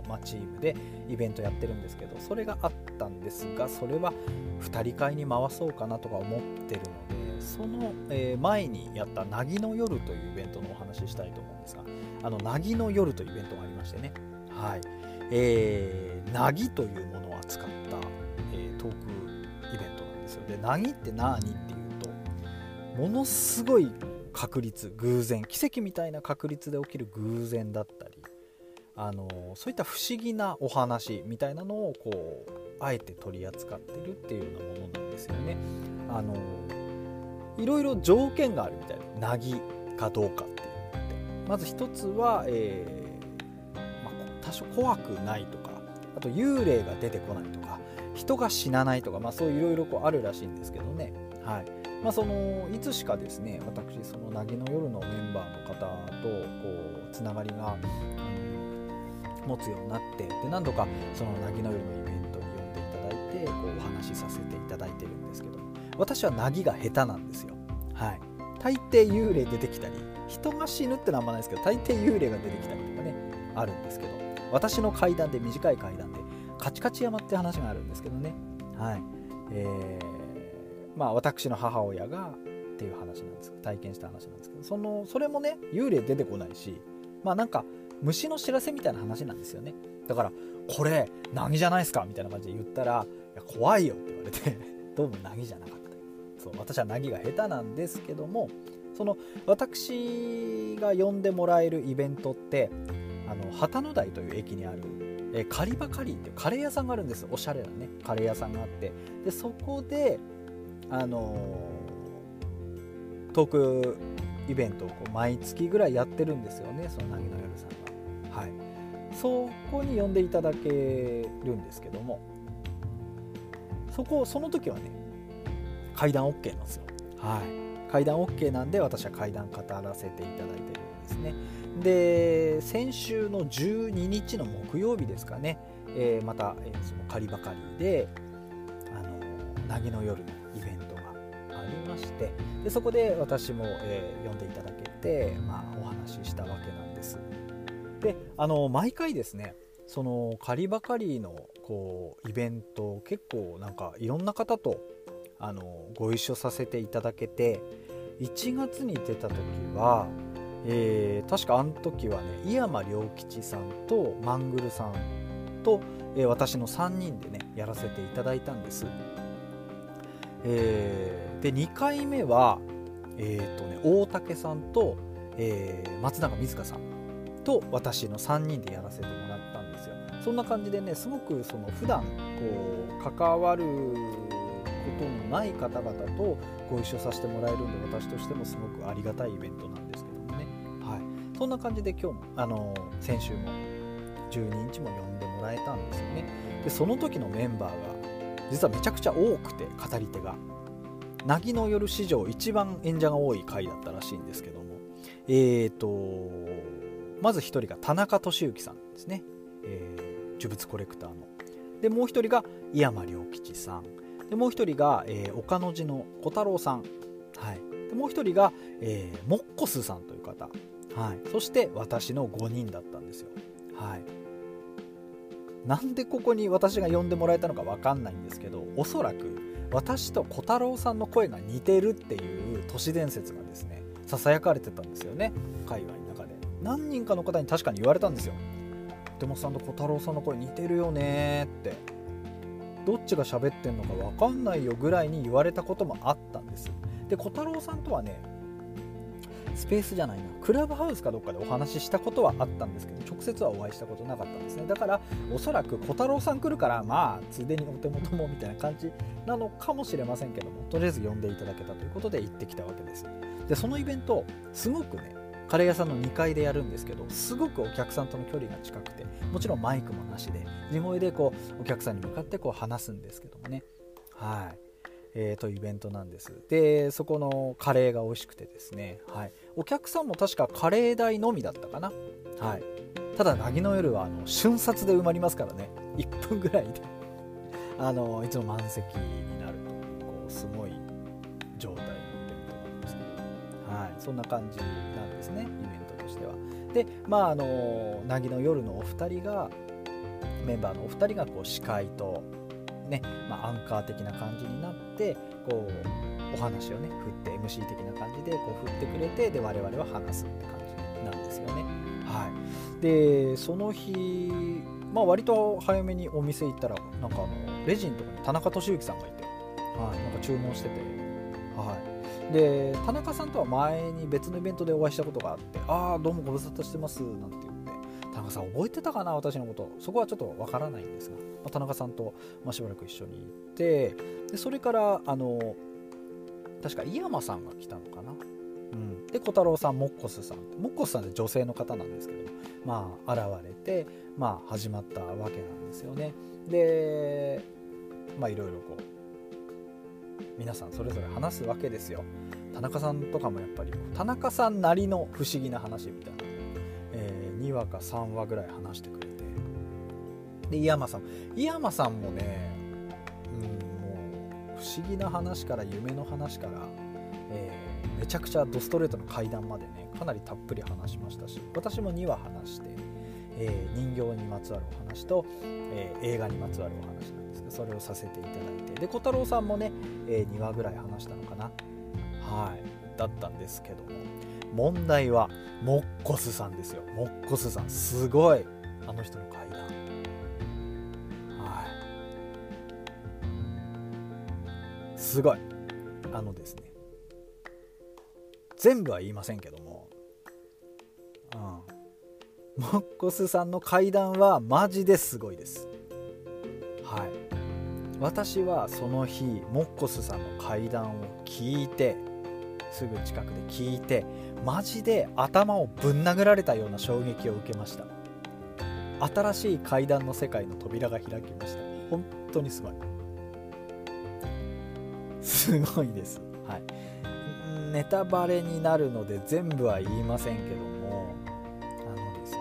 まあ、チームでイベントやってるんですけど、それがあったんですが、それはふたり会に回そうかなとか思ってるので、その、えー、前にやったなぎの夜というイベントのお話ししたいと思うんですが、あのなぎの夜というイベントがありましてね、はい、えー、なぎというものを扱った、えー、トークイベントなんですよ。で、なぎって何っていうと、ものすごい確率、偶然、奇跡みたいな確率で起きる偶然だったり、あのそういった不思議なお話みたいなのをこうあえて取り扱ってるっていうようなものなんですよね。あのいろいろ条件があるみたいな、なぎかどうかっていうのって、まず一つは、えーまあ、多少怖くないとか、あと幽霊が出てこないとか、人が死なないとか、まあ、そういろいろあるらしいんですけどね、はい。まあ、そのいつしかですね、私そのなぎの夜のメンバーの方とこうつながりが、うん、持つようになって、で何度かそのなぎの夜のイベントに呼んでいただいてこうお話しさせていただいてるんですけども、私はなぎが下手なんですよ。はい。大抵幽霊出てきたり、人が死ぬってのはあんまないですけど、大抵幽霊が出てきたりとかね、あるんですけど、私の階段で、短い階段でカチカチ山って話があるんですけどね、はい。えーまあ、私の母親がっていう話なんです、体験した話なんですけど、そのそれもね、幽霊出てこないし、まあなんか虫の知らせみたいな話なんですよね。だからこれナギじゃないですかみたいな感じで言ったら、いや怖いよって言われてどうもナギじゃなかった。そう、私はナギが下手なんですけども、その私が呼んでもらえるイベントって、あの旗の台という駅にあるえカリバカリーっていうカレー屋さんがあるんです。おしゃれなねカレー屋さんがあって、でそこであのー、トークイベントをこう毎月ぐらいやってるんですよね、そのなぎの夜さんが。はい、そこに呼んでいただけるんですけども、そこその時はね階段 OK なんですよ。はい、階段 OK なんで、私は階段語らせていただいてるんですね。で、先週のじゅうににちの木曜日ですかね、えー、また、えー、そのカリバカリーであのなぎの夜のイベントがありまして、でそこで私も、えー、呼んでいただけて、まあ、お話ししたわけなんです。で、あの毎回ですね、そのカリバカリーのこうイベント、結構なんかいろんな方とあのご一緒させていただけて、いちがつに出た時は、えー、確かあの時はね、井山良吉さんとマングルさんと、えー、私のさんにんでねやらせていただいたんです。えー、でにかいめは、えーとね、大竹さんと、えー、松永瑞香さんと私のさんにんでやらせてもらったんですよ。そんな感じでね、すごくその普段こう関わることのない方々とご一緒させてもらえるんで、私としてもすごくありがたいイベントなんですけどもね、はい、そんな感じで今日もあの先週もじゅうににちも呼んでもらえたんですよね。でその時のメンバーが実はめちゃくちゃ多くて、語り手がなぎの夜史上一番演者が多い回だったらしいんですけども、えーとまず一人が田中俊之さんですね、えー、呪物コレクターの。でもう一人が井山良吉さんで、もう一人が、えー、岡の寺の小太郎さん、はい、でもう一人が、えー、モッコスさんという方、はい、そして私のごにんだったんですよ。はい、なんでここに私が呼んでもらえたのか分かんないんですけど、おそらく私と小太郎さんの声が似てるっていう都市伝説がですねささやかれてたんですよね、界隈の中で。何人かの方に確かに言われたんですよ。手元さんと小太郎さんの声似てるよねって、どっちが喋ってんのか分かんないよぐらいに言われたこともあったんです。で小太郎さんとはね、スペースじゃないな、クラブハウスかどっかでお話ししたことはあったんですけど、直接はお会いしたことなかったんですね。だからおそらく小太郎さん来るから、まあついでにお手元もみたいな感じなのかもしれませんけども、とりあえず呼んでいただけたということで行ってきたわけです。でそのイベントすごくね、カレー屋さんのにかいでやるんですけど、すごくお客さんとの距離が近くて、もちろんマイクもなしで地声でこうお客さんに向かってこう話すんですけどもね、はい、えー、というイベントなんです。でそこのカレーが美味しくてですね、はい、お客さんも確かカレー代のみだったかな、はい、ただなぎの夜はあの瞬殺で埋まりますからね、いっぷんぐらいであのいつも満席になるという、こうすごい状態のイベントなんですけど、はい、そんな感じなんですね、イベントとしては。でまああのなぎの夜のお二人がメンバーのお二人がこう司会とね、まあ、アンカー的な感じになってこうお話をね振って エムシー 的な感じでこう振ってくれて、で我々は話すって感じなんですよね。はい。でその日、まあ、割と早めにお店行ったらなんかあのレジのところに田中俊之さんがいて、はい、なんか注文してて、はい、で田中さんとは前に別のイベントでお会いしたことがあって、ああどうもご無沙汰してますなんて言って、田中さん覚えてたかな私のこと、そこはちょっとわからないんですが、まあ、田中さんと、まあ、しばらく一緒に行って、でそれからあの確か井山さんが来たのかな、うん、で小太郎さん、モッコスさん、モッコスさんって女性の方なんですけど、まあ現れて、まあ始まったわけなんですよね。でまあいろいろこう皆さんそれぞれ話すわけですよ。田中さんとかもやっぱり田中さんなりの不思議な話みたいな、えー、にわかさんわぐらい話してくれて、で井山さん井山さんもね、うん、もう不思議な話から夢の話から、えー、めちゃくちゃドストレートの怪談までねかなりたっぷり話しましたし、私もにわ話して、えー、人形にまつわるお話と、えー、映画にまつわるお話なんですけど、それをさせていただいて、で小太郎さんもね、えー、にわぐらい話したのかな、はいだったんですけども、問題はモッコスさんですよ。モッコスさんすごい、あの人の怪談、はいすごい、あのですね全部は言いませんけども、うん、モッコスさんの怪談はマジですごいです。はい、私はその日モッコスさんの怪談を聞いて、すぐ近くで聞いて、マジで頭をぶん殴られたような衝撃を受けました。新しい怪談の世界の扉が開きました。本当にすごい、すごいです。はい、ネタバレになるので全部は言いませんけども、あのですね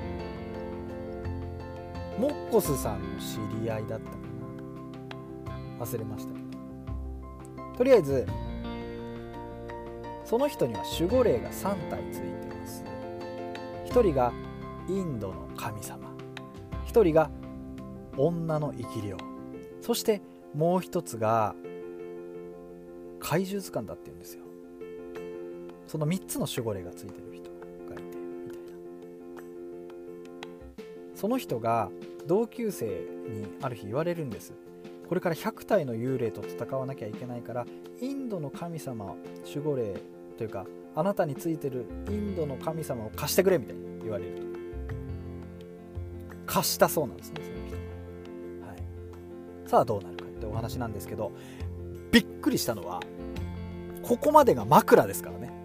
モッコスさんの知り合いだったかな、忘れましたけど、とりあえずその人には守護霊がさんたいついています。ひとりがインドの神様、ひとりが女の生き量、そしてもう一つが怪獣図鑑だって言うんですよ。そのみっつの守護霊がついてる人がいてみたいな。その人が同級生にある日言われるんです。これからひゃくたいの幽霊と戦わなきゃいけないから、インドの神様守護霊というかあなたについてるインドの神様を貸してくれみたいに言われると、貸したそうなんですね、その人は。はい、さあどうなるかってお話なんですけど、びっくりしたのはここまでが枕ですからね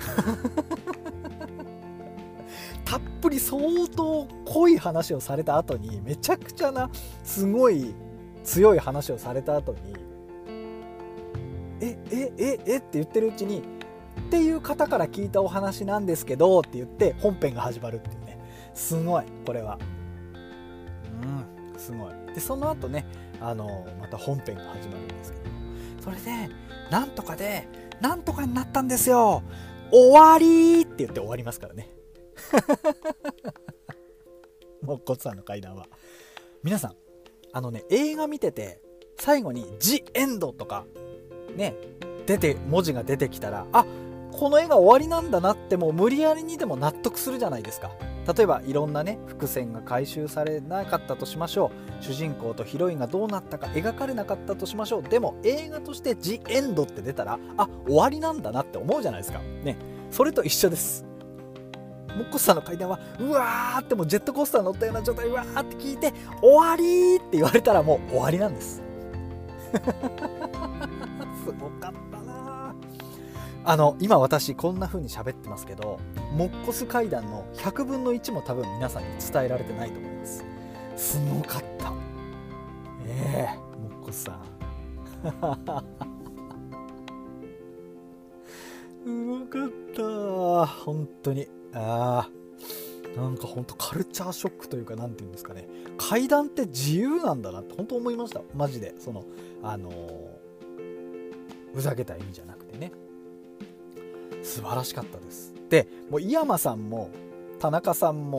たっぷり相当濃い話をされた後に、めちゃくちゃなすごい強い話をされた後に、ええええって言ってるうちに、っていう方から聞いたお話なんですけどって言って本編が始まるっていうね、すごいこれは、うんすごい。でその後ね、あのまた本編が始まるんですけど、それでなんとかでなんとかになったんですよ、終わりって言って終わりますからねもっこつさんの怪談は皆さん、あのね映画見てて最後にジエンドとかね出て文字が出てきたら、あこの絵が終わりなんだなってもう無理やりにでも納得するじゃないですか。例えばいろんなね伏線が回収されなかったとしましょう、主人公とヒロインがどうなったか描かれなかったとしましょう、でも映画としてジエンドって出たら、あ終わりなんだなって思うじゃないですかね。それと一緒です。モッコスさんの怪談はうわーってもうジェットコースター乗ったような状態、うわーって聞いて終わりって言われたらもう終わりなんですすごかったな。あの今私こんな風に喋ってますけど、モッコス怪談のひゃくぶんのいちも多分皆さんに伝えられてないと思います。すごかった。ええー、モッコスさんすごかった本当に。あーなんか本当カルチャーショックというか、なんていうんですかね、怪談って自由なんだなって本当思いました。マジでそのあのー、ふざけた意味じゃなくてね、素晴らしかったです。でもう井山さんも田中さんも、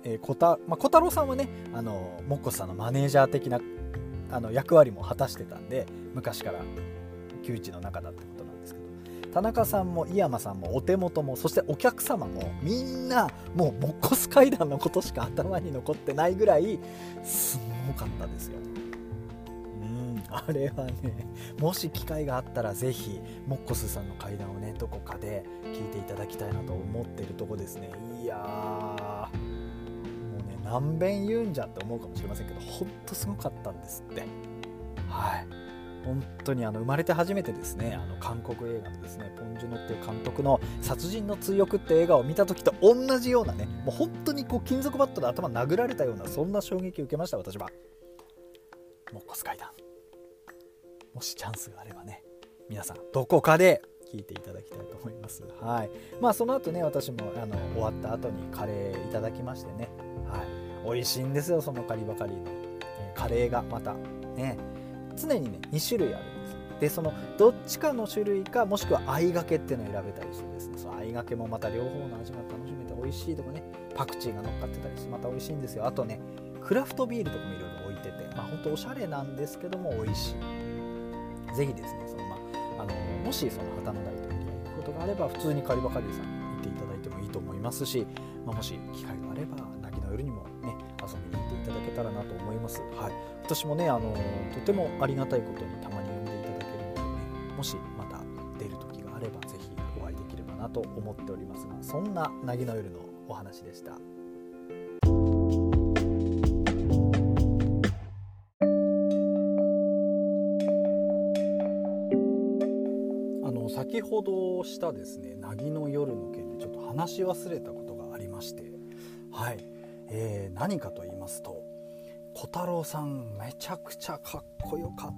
えー、小太、まあ、小太郎さんはねあのもっこすさんのマネージャー的なあの役割も果たしてたんで昔から旧知の仲だってことなんですけど、田中さんも井山さんもお手元もそしてお客様もみんなもうもっこす階段のことしか頭に残ってないぐらいすごかったですよ。うんあれはねもし機会があったらぜひもっこすさんの階段をねどこかで聞いていただきたいなと思っているとこですね。いやーもうね何遍言うんじゃって思うかもしれませんけどほんとすごかったんですって。はい本当にあの生まれて初めてですねあの韓国映画のですねポン・ジュノっていう監督の殺人の追憶って映画を見た時と同じようなねもう本当にこう金属バットで頭殴られたようなそんな衝撃を受けました私は。もっこす階段もしチャンスがあればね皆さんどこかで聞いていただきたいと思います。はいまあその後ね私もあの終わった後にカレーいただきましてね、はい、美味しいんですよそのカリバカリの、えー、カレーがまたね常にねに種類あるんです。でそのどっちかの種類かもしくは相掛けっていうのを選べたりしてですねその相掛けもまた両方の味が楽しめて美味しいとかねパクチーが乗っかってたりしてまた美味しいんですよ。あとねクラフトビールとかもいろいろ置いててまあほんとおしゃれなんですけども美味しい。ぜひですねその、まあ、あのもしその旗の台とエリア行くことがあれば普通にカリバカリさんに行っていただいてもいいと思いますし、まあ、もし機会があれば凪の夜にもね遊びに行っていただけたらなと思います。はい、私もねあのとてもありがたいことにたまに呼んでいただけるのでねもしまた出る時があればぜひお会いできればなと思っておりますがそんな凪の夜のお話でした。先ほどしたですね凪の夜の件でちょっと話し忘れたことがありまして、はい、えー、何かと言いますと小太郎さんめちゃくちゃかっこよかった。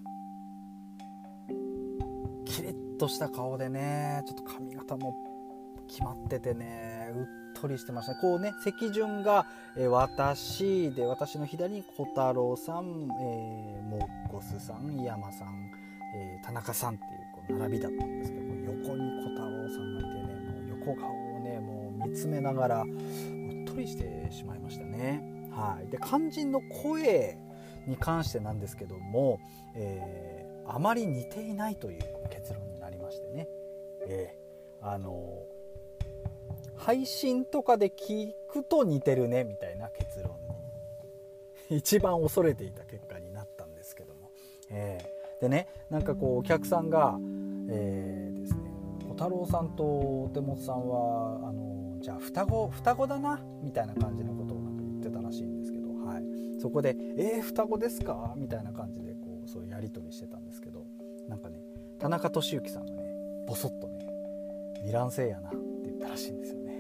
キリッとした顔でねちょっと髪型も決まっててねうっとりしてましたね。こうね席順が、えー、私で私の左に小太郎さん、えー、もっこすさん井山さんえー、田中さんっていうこう並びだったんですけど横に小太郎さんがいてねもう横顔をねもう見つめながらうっとりしてしまいましたね。はい、で肝心の声に関してなんですけども、えー、あまり似ていないという結論になりましてね、えー、あの配信とかで聞くと似てるねみたいな結論に一番恐れていた結果になったんですけども、えーでね、なんかこうお客さんが、えー、ですね小太郎さんとお手元さんはあのじゃあ双子双子だなみたいな感じのことをなんか言ってたらしいんですけど、はい、そこでえー、双子ですかみたいな感じでこうそういうやり取りしてたんですけどなんかね田中俊之さんがねボソッとね二卵性やなって言ったらしいんですよね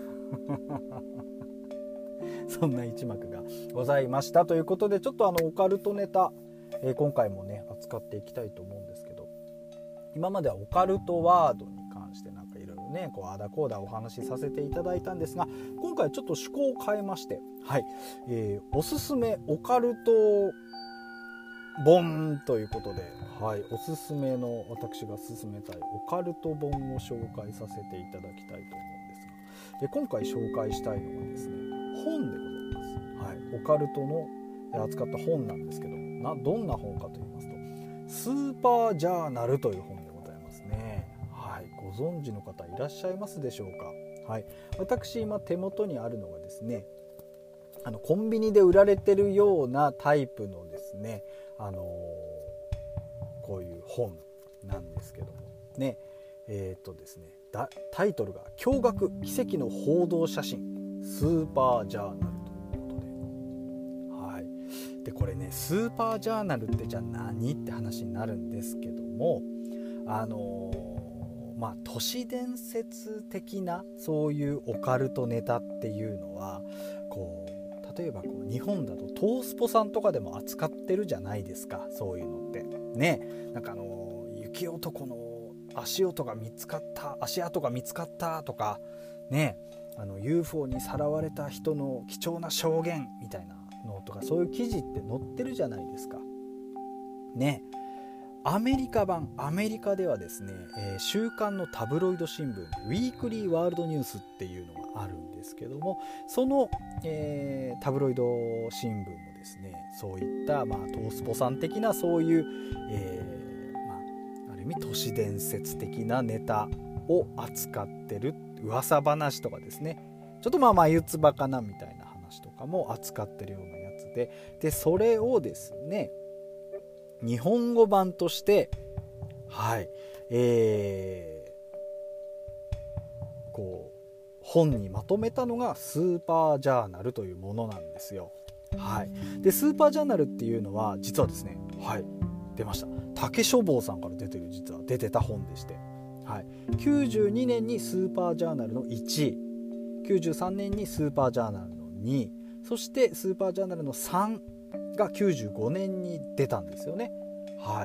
そんな一幕がございましたということでちょっとあのオカルトネタえー、今回もね扱っていきたいと思うんですけど今まではオカルトワードに関してなんかいろいろねこうあだこうだお話しさせていただいたんですが今回はちょっと趣向を変えましてはい、えー、おすすめオカルト本ということで、はい、おすすめの私が勧めたいオカルト本を紹介させていただきたいと思うんですがで今回紹介したいのはですね本でございます、はい、オカルトの扱った本なんですけどなどんな本かと言いますとスーパージャーナルという本でございますね。はい、ご存知の方いらっしゃいますでしょうか。はい、私今手元にあるのがですねあのコンビニで売られてるようなタイプのですね、あのー、こういう本なんですけどもねえー、っとですねだタイトルが驚愕奇跡の報道写真スーパージャーナルでこれねスーパージャーナルってじゃあ何って話になるんですけどもあのー、まあ都市伝説的なそういうオカルトネタっていうのはこう例えばこう日本だとトースポさんとかでも扱ってるじゃないですかそういうのってねなんかあのー、雪男の足音が見つかった足跡が見つかったとかねあの ユーフォー にさらわれた人の貴重な証言みたいなのとかそういう記事って載ってるじゃないですかねアメリカ版、アメリカではですね、えー、週刊のタブロイド新聞ウィークリーワールドニュースっていうのがあるんですけども、その、えー、タブロイド新聞もですね、そういった、まあ、トースポさん的なそういう、えーまあ、ある意味都市伝説的なネタを扱ってる噂話とかですね、ちょっとまあ眉唾かなみたいな話とかも扱ってるようなやつで、でそれをですね日本語版としてはいえー、こう本にまとめたのがスーパージャーナルというものなんですよ。はい、でスーパージャーナルっていうのは実はですね、はい出ました、竹書房さんから出てる実は出てた本でして、はい、きゅうじゅうにねんにスーパージャーナルのいちい、きゅうじゅうさんねんにスーパージャーナルのにい、そしてスーパージャーナルのさんがきゅうじゅうごねんに出たんですよね。はい、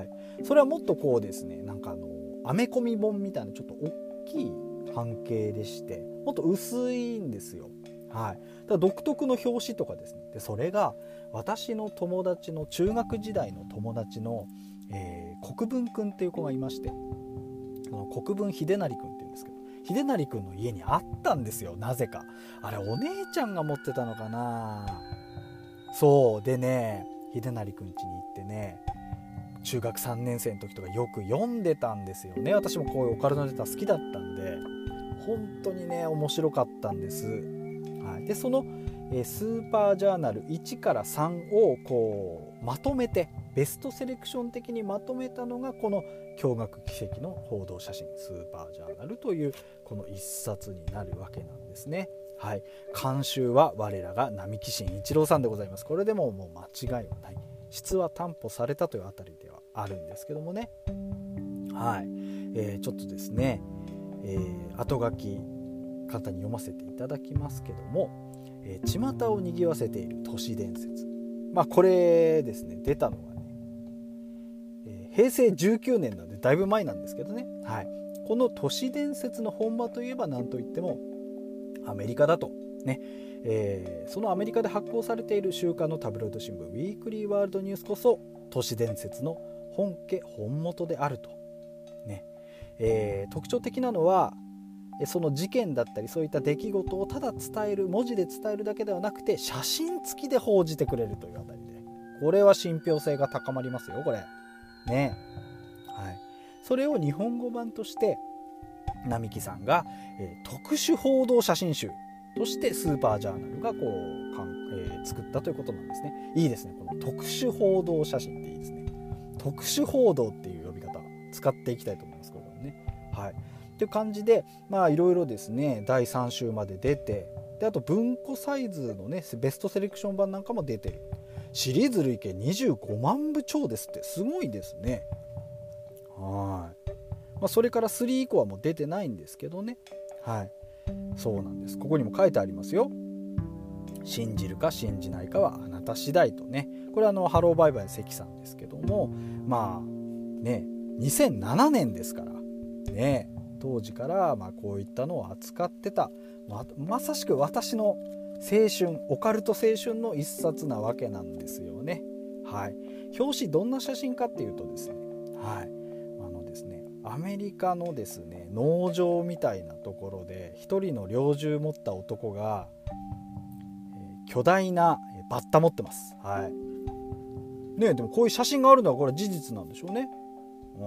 それはもっとこうですね、なんかあのアメコミ本みたいなちょっと大きい半径でして、もっと薄いんですよ。はい、だから独特の表紙とかですね、でそれが私の友達の中学時代の友達の、えー、国分くんっていう子がいまして、その国分秀成くんっていうんですけど、秀成くんの家にあったんですよ。なぜかあれお姉ちゃんが持ってたのかな。そうでね、秀成くん家に行ってね、中学さんねん生の時とかよく読んでたんですよね。私もこういうオカルトネタ好きだったんで本当にね面白かったんです。はい、でその、えー、スーパージャーナルいちからさんをこうまとめてベストセレクション的にまとめたのがこの驚愕奇跡の報道写真スーパージャーナルというこの一冊になるわけなんですね。はい、監修は我らが並木慎一郎さんでございます。これでももう間違いはない、質は担保されたというあたりではあるんですけどもね。はい、えー、ちょっとですね、えー、後書き簡単に読ませていただきますけども、えー、巷を賑わせている都市伝説、まあこれですね出たのがね、えー、へいせいじゅうきゅうねんなんでだいぶ前なんですけどね、はい、この都市伝説の本場といえば何といってもアメリカだとね、えー、そのアメリカで発行されている週刊のタブロイド新聞ウィークリーワールドニュースこそ都市伝説の本家本元であると、ねえー、特徴的なのはその事件だったりそういった出来事をただ伝える、文字で伝えるだけではなくて写真付きで報じてくれるというあたりで、これは信憑性が高まりますよこれね。はい、それを日本語版として並木さんが、えー、特殊報道写真集としてスーパージャーナルがこうかん、えー、作ったということなんですね。いいですね、この特殊報道写真っていいですね。特殊報道っていう呼び方使っていきたいと思いますこれからね。はいという感じで、まあいろいろですねだいさん週まで出て、であと文庫サイズのねベストセレクション版なんかも出てる。シリーズ累計にじゅうごまんぶ超ですって、すごいですね。はい、まあ、それからスリー以降はもう出てないんですけどね。はい、そうなんです。ここにも書いてありますよ。信じるか信じないかはあなた次第とね。これはあのハローバイバイ関さんですけども、まあねにせんななねんですからね、当時からまあこういったのを扱ってた、ま, まさしく私の青春オカルト青春の一冊なわけなんですよね。はい、表紙どんな写真かっていうとですね、はい、あのですねアメリカのですね農場みたいなところで一人の猟銃持った男が、えー、巨大なバッタ持ってます。はいね、でもこういう写真があるのはこれ事実なんでしょうね。うん、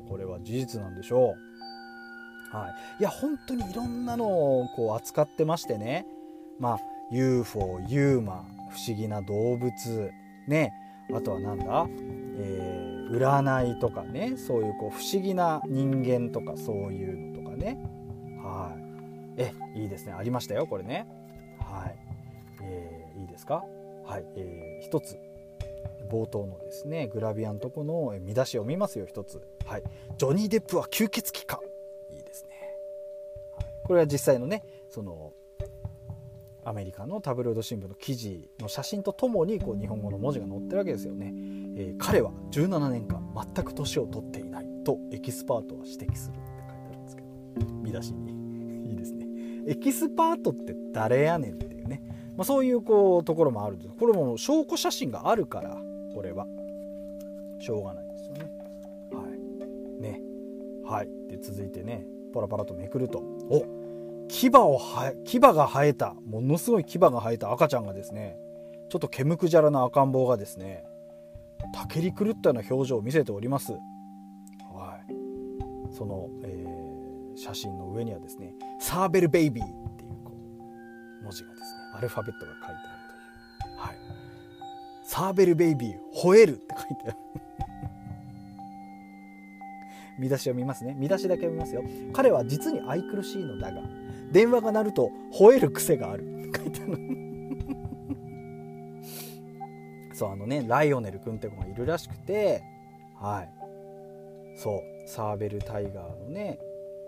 これは事実なんでしょう。はい、いや本当にいろんなのをこう扱ってましてね、まあ ユーフォー、ユーマ、不思議な動物ね、あとはなんだ、えー、占いとかね、そういうこう不思議な人間とかそういうのとかね、はい、えいいですね、ありましたよこれね。はい、えー、いいですか。はい、えー、一つ冒頭のですねグラビアのとこの見出しを見ますよ一つ。はい、ジョニー・デップは吸血鬼か。いいですね。はい、これは実際のねそのアメリカのタブロイド新聞の記事の写真とともにこう日本語の文字が載ってるわけですよね。えー、彼はじゅうななねんかん全く年を取っていないとエキスパートは指摘するって書いてあるんですけど、見出しにいいですね。エキスパートって誰やねんっていうね、まあ、そういうこうところもあるんです。これも証拠写真があるからこれはしょうがないですよね。ははい、で続いてねパラパラとめくると、お牙をは牙が生えたものすごい牙が生えた赤ちゃんがですね、ちょっと毛むくじゃらな赤ん坊がですね、たけり狂ったような表情を見せております。はい、その、えー、写真の上にはですね、サーベルベイビーっていうこう文字がですね、アルファベットが書いてあるという、はい、サーベルベイビー吠えるって書いてある見出しを見ますね。見出しだけを見ますよ。彼は実に愛くるしいのだが、電話が鳴ると吠える癖があるって書いてあるそう、あのね、ライオネル君って子がいるらしくて、はい、そうサーベルタイガーのね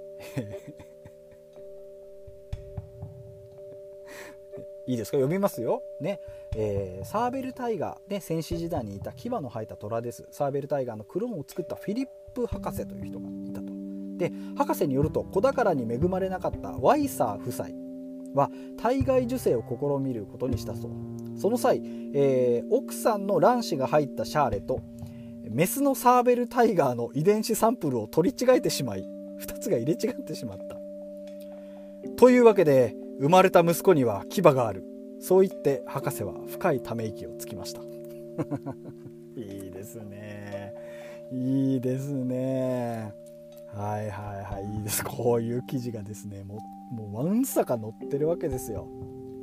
いいですか、読みますよ、ねえー、サーベルタイガー、ね、戦死時代にいた牙の生えた虎です。サーベルタイガーのクローンを作ったフィリップ博士という人がいたと。で博士によると、子宝に恵まれなかったワイサー夫妻は体外受精を試みることにしたそう。その際、えー、奥さんの卵子が入ったシャーレとメスのサーベルタイガーの遺伝子サンプルを取り違えてしまい、ふたつが入れ違ってしまったというわけで、生まれた息子には牙がある、そう言って博士は深いため息をつきましたいいですね、いいですね、はいはいはい、いいです。こういう記事がですね、もう、もうわんさか載ってるわけですよ。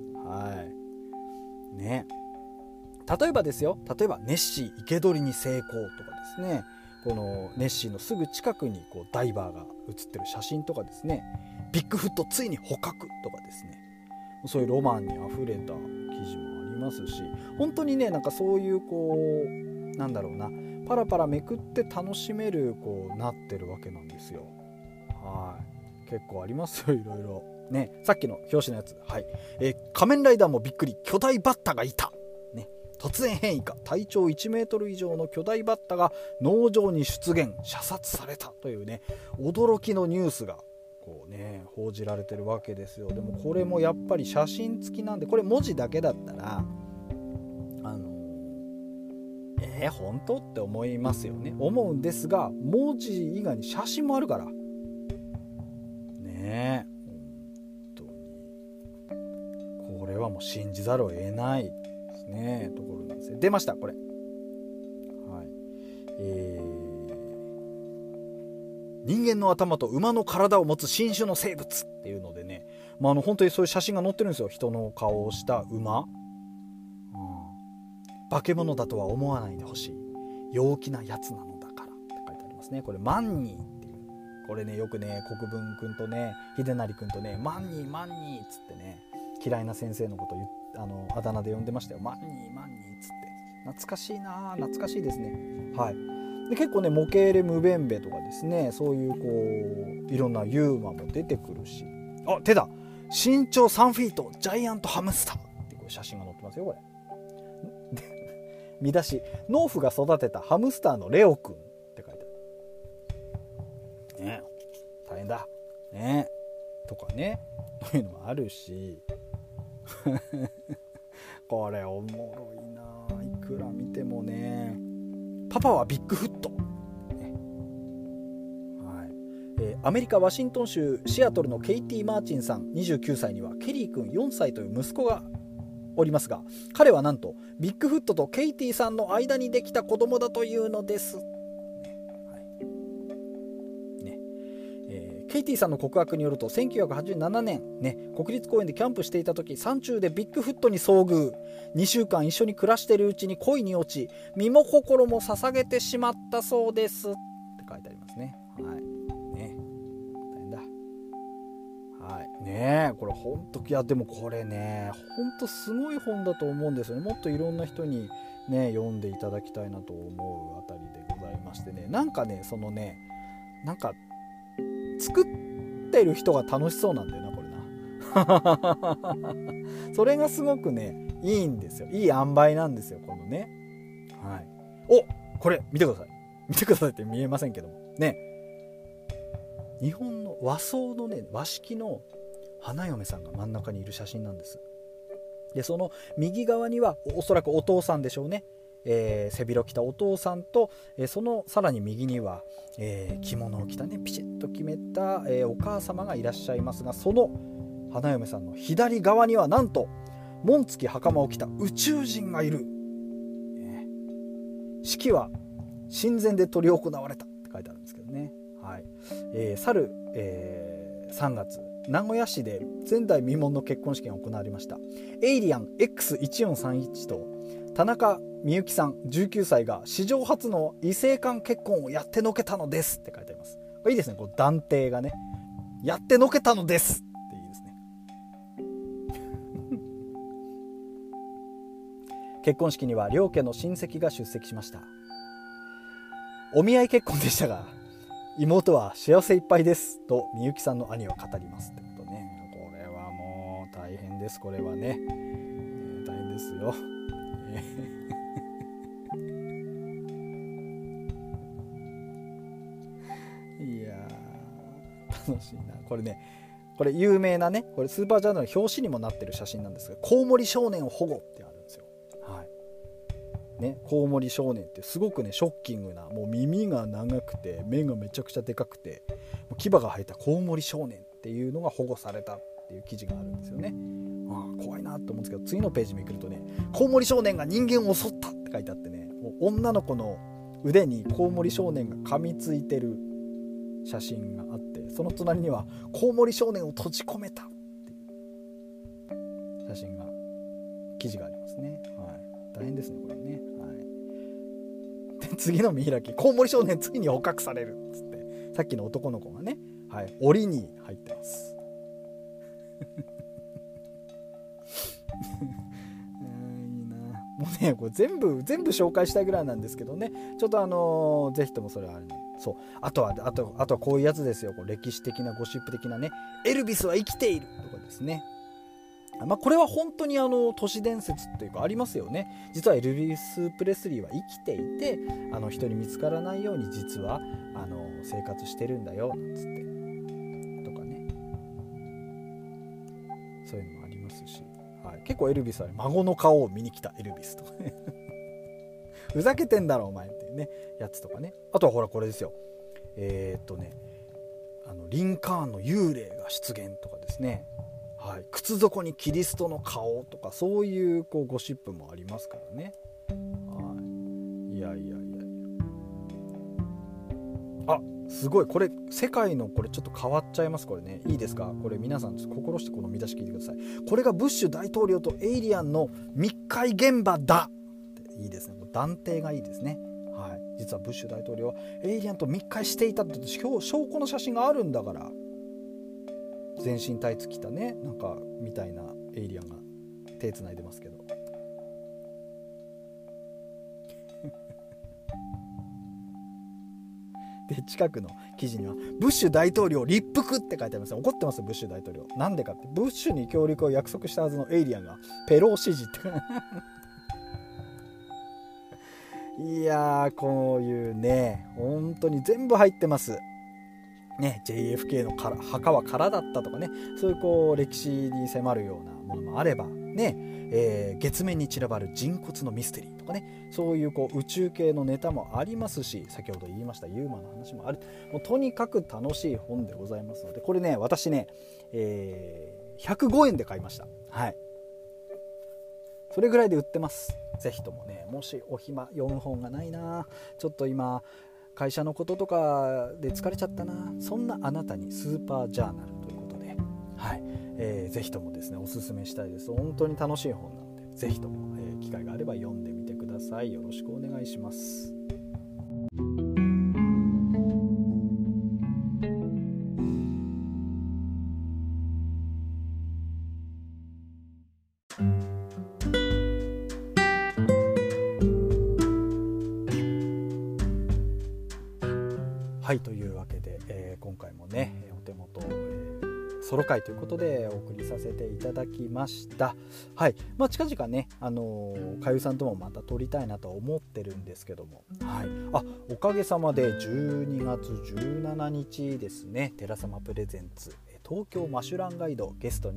はいね、例えばですよ、例えばネッシー生け捕りに成功とかですね、このネッシーのすぐ近くにこうダイバーが写ってる写真とかですね、ビッグフットついに捕獲とかですね、そういうロマンにあふれた記事もありますし、本当にね、なんかそういうこうなんだろうな、パラパラめくって楽しめるこうなってるわけなんですよ。はい、結構ありますよ、いろいろね。さっきの表紙のやつ、はい、えー、仮面ライダーもびっくり、巨大バッタがいた、ね、突然変異か、体長いちメートル以上の巨大バッタが農場に出現、射殺されたというね、驚きのニュースがこうね報じられてるわけですよ。でもこれもやっぱり写真付きなんで、これ文字だけだったらあのえー、本当って思いますよね、思うんですが、文字以外に写真もあるからね、本当にこれはもう信じざるを得ないですねところなんですね。出ました、これ、はい、えー、人間の頭と馬の体を持つ新種の生物っていうのでね、まあ、あの本当にそういう写真が載ってるんですよ。人の顔をした馬、うん、化け物だとは思わないでほしい、陽気なやつなのだからって書いてありますね。これマンニーっていう、これねよくね国分くんとね秀成くんとねマンニーマンニーっつってね、嫌いな先生のことをあのあだ名で呼んでましたよ。マンニーマンニーっつって、懐かしいな、懐かしいですね。はい、で結構ねモケーレムベンベとかですね、そういうこういろんなユーマも出てくるし、あ、手だ、身長さんフィートジャイアントハムスターってこう写真が載ってますよ。これ見出し、農夫が育てたハムスターのレオくんって書いてあるね、大変だねとかね、そういうのもあるしこれおもろいな、いくら見てもね。パパはビッグフット、ね、はい、えー、アメリカワシントン州シアトルのケイティ・マーチンさんにじゅうきゅうさいにはケリー君よんさいという息子がおりますが、彼はなんとビッグフットとケイティさんの間にできた子供だというのです、ね、はいねえー、ケイティさんの告白によるとせんきゅうひゃくはちじゅうななねん、ね、国立公園でキャンプしていた時、山中でビッグフットに遭遇、にしゅうかん一緒に暮らしているうちに恋に落ち、身も心も捧げてしまったそうですって書いてありますね。はいね、大変だ。はいねえ、これ本当、いやでもこれね本当すごい本だと思うんですよね。もっといろんな人にね読んでいただきたいなと思うあたりでございましてね、なんかねそのねなんか作ってる人が楽しそうなんだよな、これなそれがすごくねいいんですよ、いい塩梅なんですよ、このね。はい、お、これ見てください、見てくださいって見えませんけどもね、日本の和装のね和式の花嫁さんが真ん中にいる写真なんです。でその右側にはおそらくお父さんでしょうね、 えー、背広着たお父さんと、えー、そのさらに右には、えー、着物を着たねピシッと決めた、えー、お母様がいらっしゃいますが、その花嫁さんの左側にはなんと紋付き袴を着た宇宙人がいる、えー、式は神前で執り行われたって書いてあるんですけどね、はいえー、去る、えー、さんがつ名古屋市で前代未聞の結婚式が行われました。エイリアン エックスいちよんさんいち と田中みゆきさんじゅうきゅうさいが史上初の異性間結婚をやってのけたのですって書いてあります。いいですね、こう断定がね、やってのけたのですっていいですね。結婚式には両家の親戚が出席しました。お見合い結婚でしたが妹は幸せいっぱいですとみゆきさんの兄は語りますってことね。これはもう大変です。これはね、えー、大変ですよ、いやー楽しいな。これね、これ有名なね、これスーパージャーナルの表紙にもなってる写真なんですが、コウモリ少年を保護ってあるんですよ。はいね、コウモリ少年ってすごくねショッキングな、もう耳が長くて目がめちゃくちゃでかくて牙が生えたコウモリ少年っていうのが保護されたっていう記事があるんですよね。ああ怖いなと思うんですけど、次のページめくるとね、コウモリ少年が人間を襲ったって書いてあってね、もう女の子の腕にコウモリ少年が噛みついてる写真があって、その隣にはコウモリ少年を閉じ込めたっていう写真が記事がありますね。はい、大変ですねこれね。はい、で次の見開き、コウモリ少年ついに捕獲されるっつって、さっきの男の子がね、はい、檻に入ってますいいな。もうねこれ全部全部紹介したいぐらいなんですけどね、ちょっとあのー、ぜひともそれはそう、あとはあとあとはこういうやつですよ。こう歴史的なゴシップ的なね、エルビスは生きているとかですね。まあ、これは本当にあの都市伝説っていうかありますよね。実はエルビス・プレスリーは生きていて、あの人に見つからないように実はあの生活してるんだよなんつってとかね、そういうのもありますし、はい、結構エルビスは、ね、孫の顔を見に来たエルビスとかねふざけてんだろお前っていうねやつとかね。あとはほらこれですよ、えー、っとねあのリンカーンの幽霊が出現とかですね、はい、靴底にキリストの顔とか、そういう、こうゴシップもありますからね。はい、いやいやいやいや、あすごい、これ世界のこれちょっと変わっちゃいます。これねいいですか、これ皆さん心してこの見出し聞いてください。これがブッシュ大統領とエイリアンの密会現場だっていいですね。断定がいいですね。はい、実はブッシュ大統領はエイリアンと密会していたって証拠の写真があるんだから、全身タイツ着たねなんかみたいなエイリアンが手つないでますけどで近くの記事にはブッシュ大統領立腹って書いてあります。怒ってますブッシュ大統領。なんでかって、ブッシュに協力を約束したはずのエイリアンがペロー支持っていやーこういうね本当に全部入ってますね。 ジェイエフケー のから墓は空だったとかね、そういうこう歴史に迫るようなものもあればね、えー、月面に散らばる人骨のミステリーとかね、そういうこう宇宙系のネタもありますし、先ほど言いましたユーマの話もある。もうとにかく楽しい本でございますので、これね私ね、えー、ひゃくごえんで買いました。はい、それぐらいで売ってます。ぜひともね、もしお暇読む本がないな、ちょっと今会社のこととかで疲れちゃったな、そんなあなたにスーパージャーナルということで、はい、えー、ぜひともですねおすすめしたいです。本当に楽しい本なので、ぜひとも、えー、機会があれば読んでみてください。よろしくお願いします。はい、というわけで、えー、今回もねお手元、えー、ソロ回ということでお送りさせていただきました。はい、まあ、近々ね、あのー、かゆさんともまた撮りたいなと思ってるんですけども、はい、あおかげさまでじゅうにがつじゅうしちにちですね、寺様プレゼンツ東京マシュランガイド、ゲストに、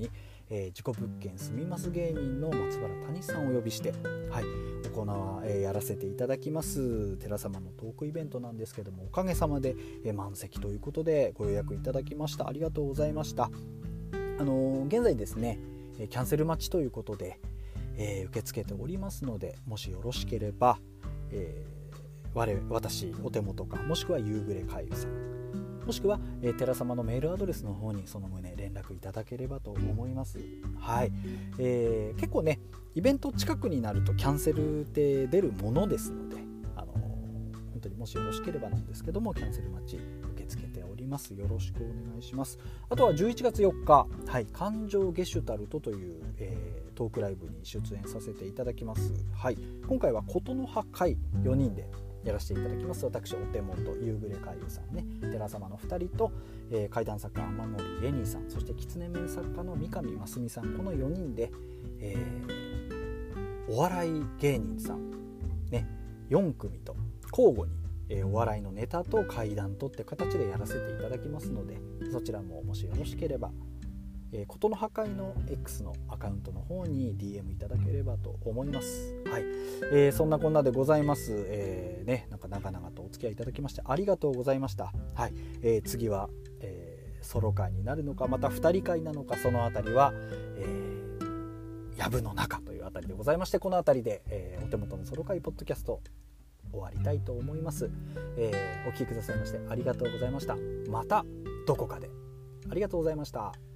えー、事故物件住みます芸人の松原谷さんをお呼びして、はい、行わ、えー、やらせていただきます寺様のトークイベントなんですけども、おかげさまで、えー、満席ということでご予約いただきました。ありがとうございました。あのー、現在ですねキャンセル待ちということで、えー、受け付けておりますので、もしよろしければ、えー、我私お手元か、もしくは夕暮れかゆさん、もしくは、えー、寺様のメールアドレスの方にその旨連絡いただければと思います。はい、えー、結構ねイベント近くになるとキャンセルって出るものですので、あのー、本当にもしよろしければなんですけども、キャンセル待ち受け付けております。よろしくお願いします。あとはじゅういちがつよっか、はい、感情ゲシュタルトという、えー、トークライブに出演させていただきます。はい、今回は琴の葉会よにんでやらせていただきます。私お手元夕暮れかゆさんね、寺様のふたりと、えー、怪談作家天森レニーさん、そして狐面作家の三上真澄さん、このよにんで、えー、お笑い芸人さん、ね、よんくみと交互に、えー、お笑いのネタと怪談とって形でやらせていただきますので、そちらももしよろしければ、えー、琴の葉会の X のアカウントの方に ディーエム いただければと思います。はい、えー、そんなこんなでございます。えー、ね、なんか長々とお付き合いいただきましてありがとうございました。はい、えー、次は、えー、ソロ会になるのか、またふたり会なのか、そのあたりは、えー、藪の中というあたりでございまして、このあたりで、えー、お手元のソロ会ポッドキャスト終わりたいと思います。えー、お聞きくださいましてありがとうございました。またどこかで。ありがとうございました。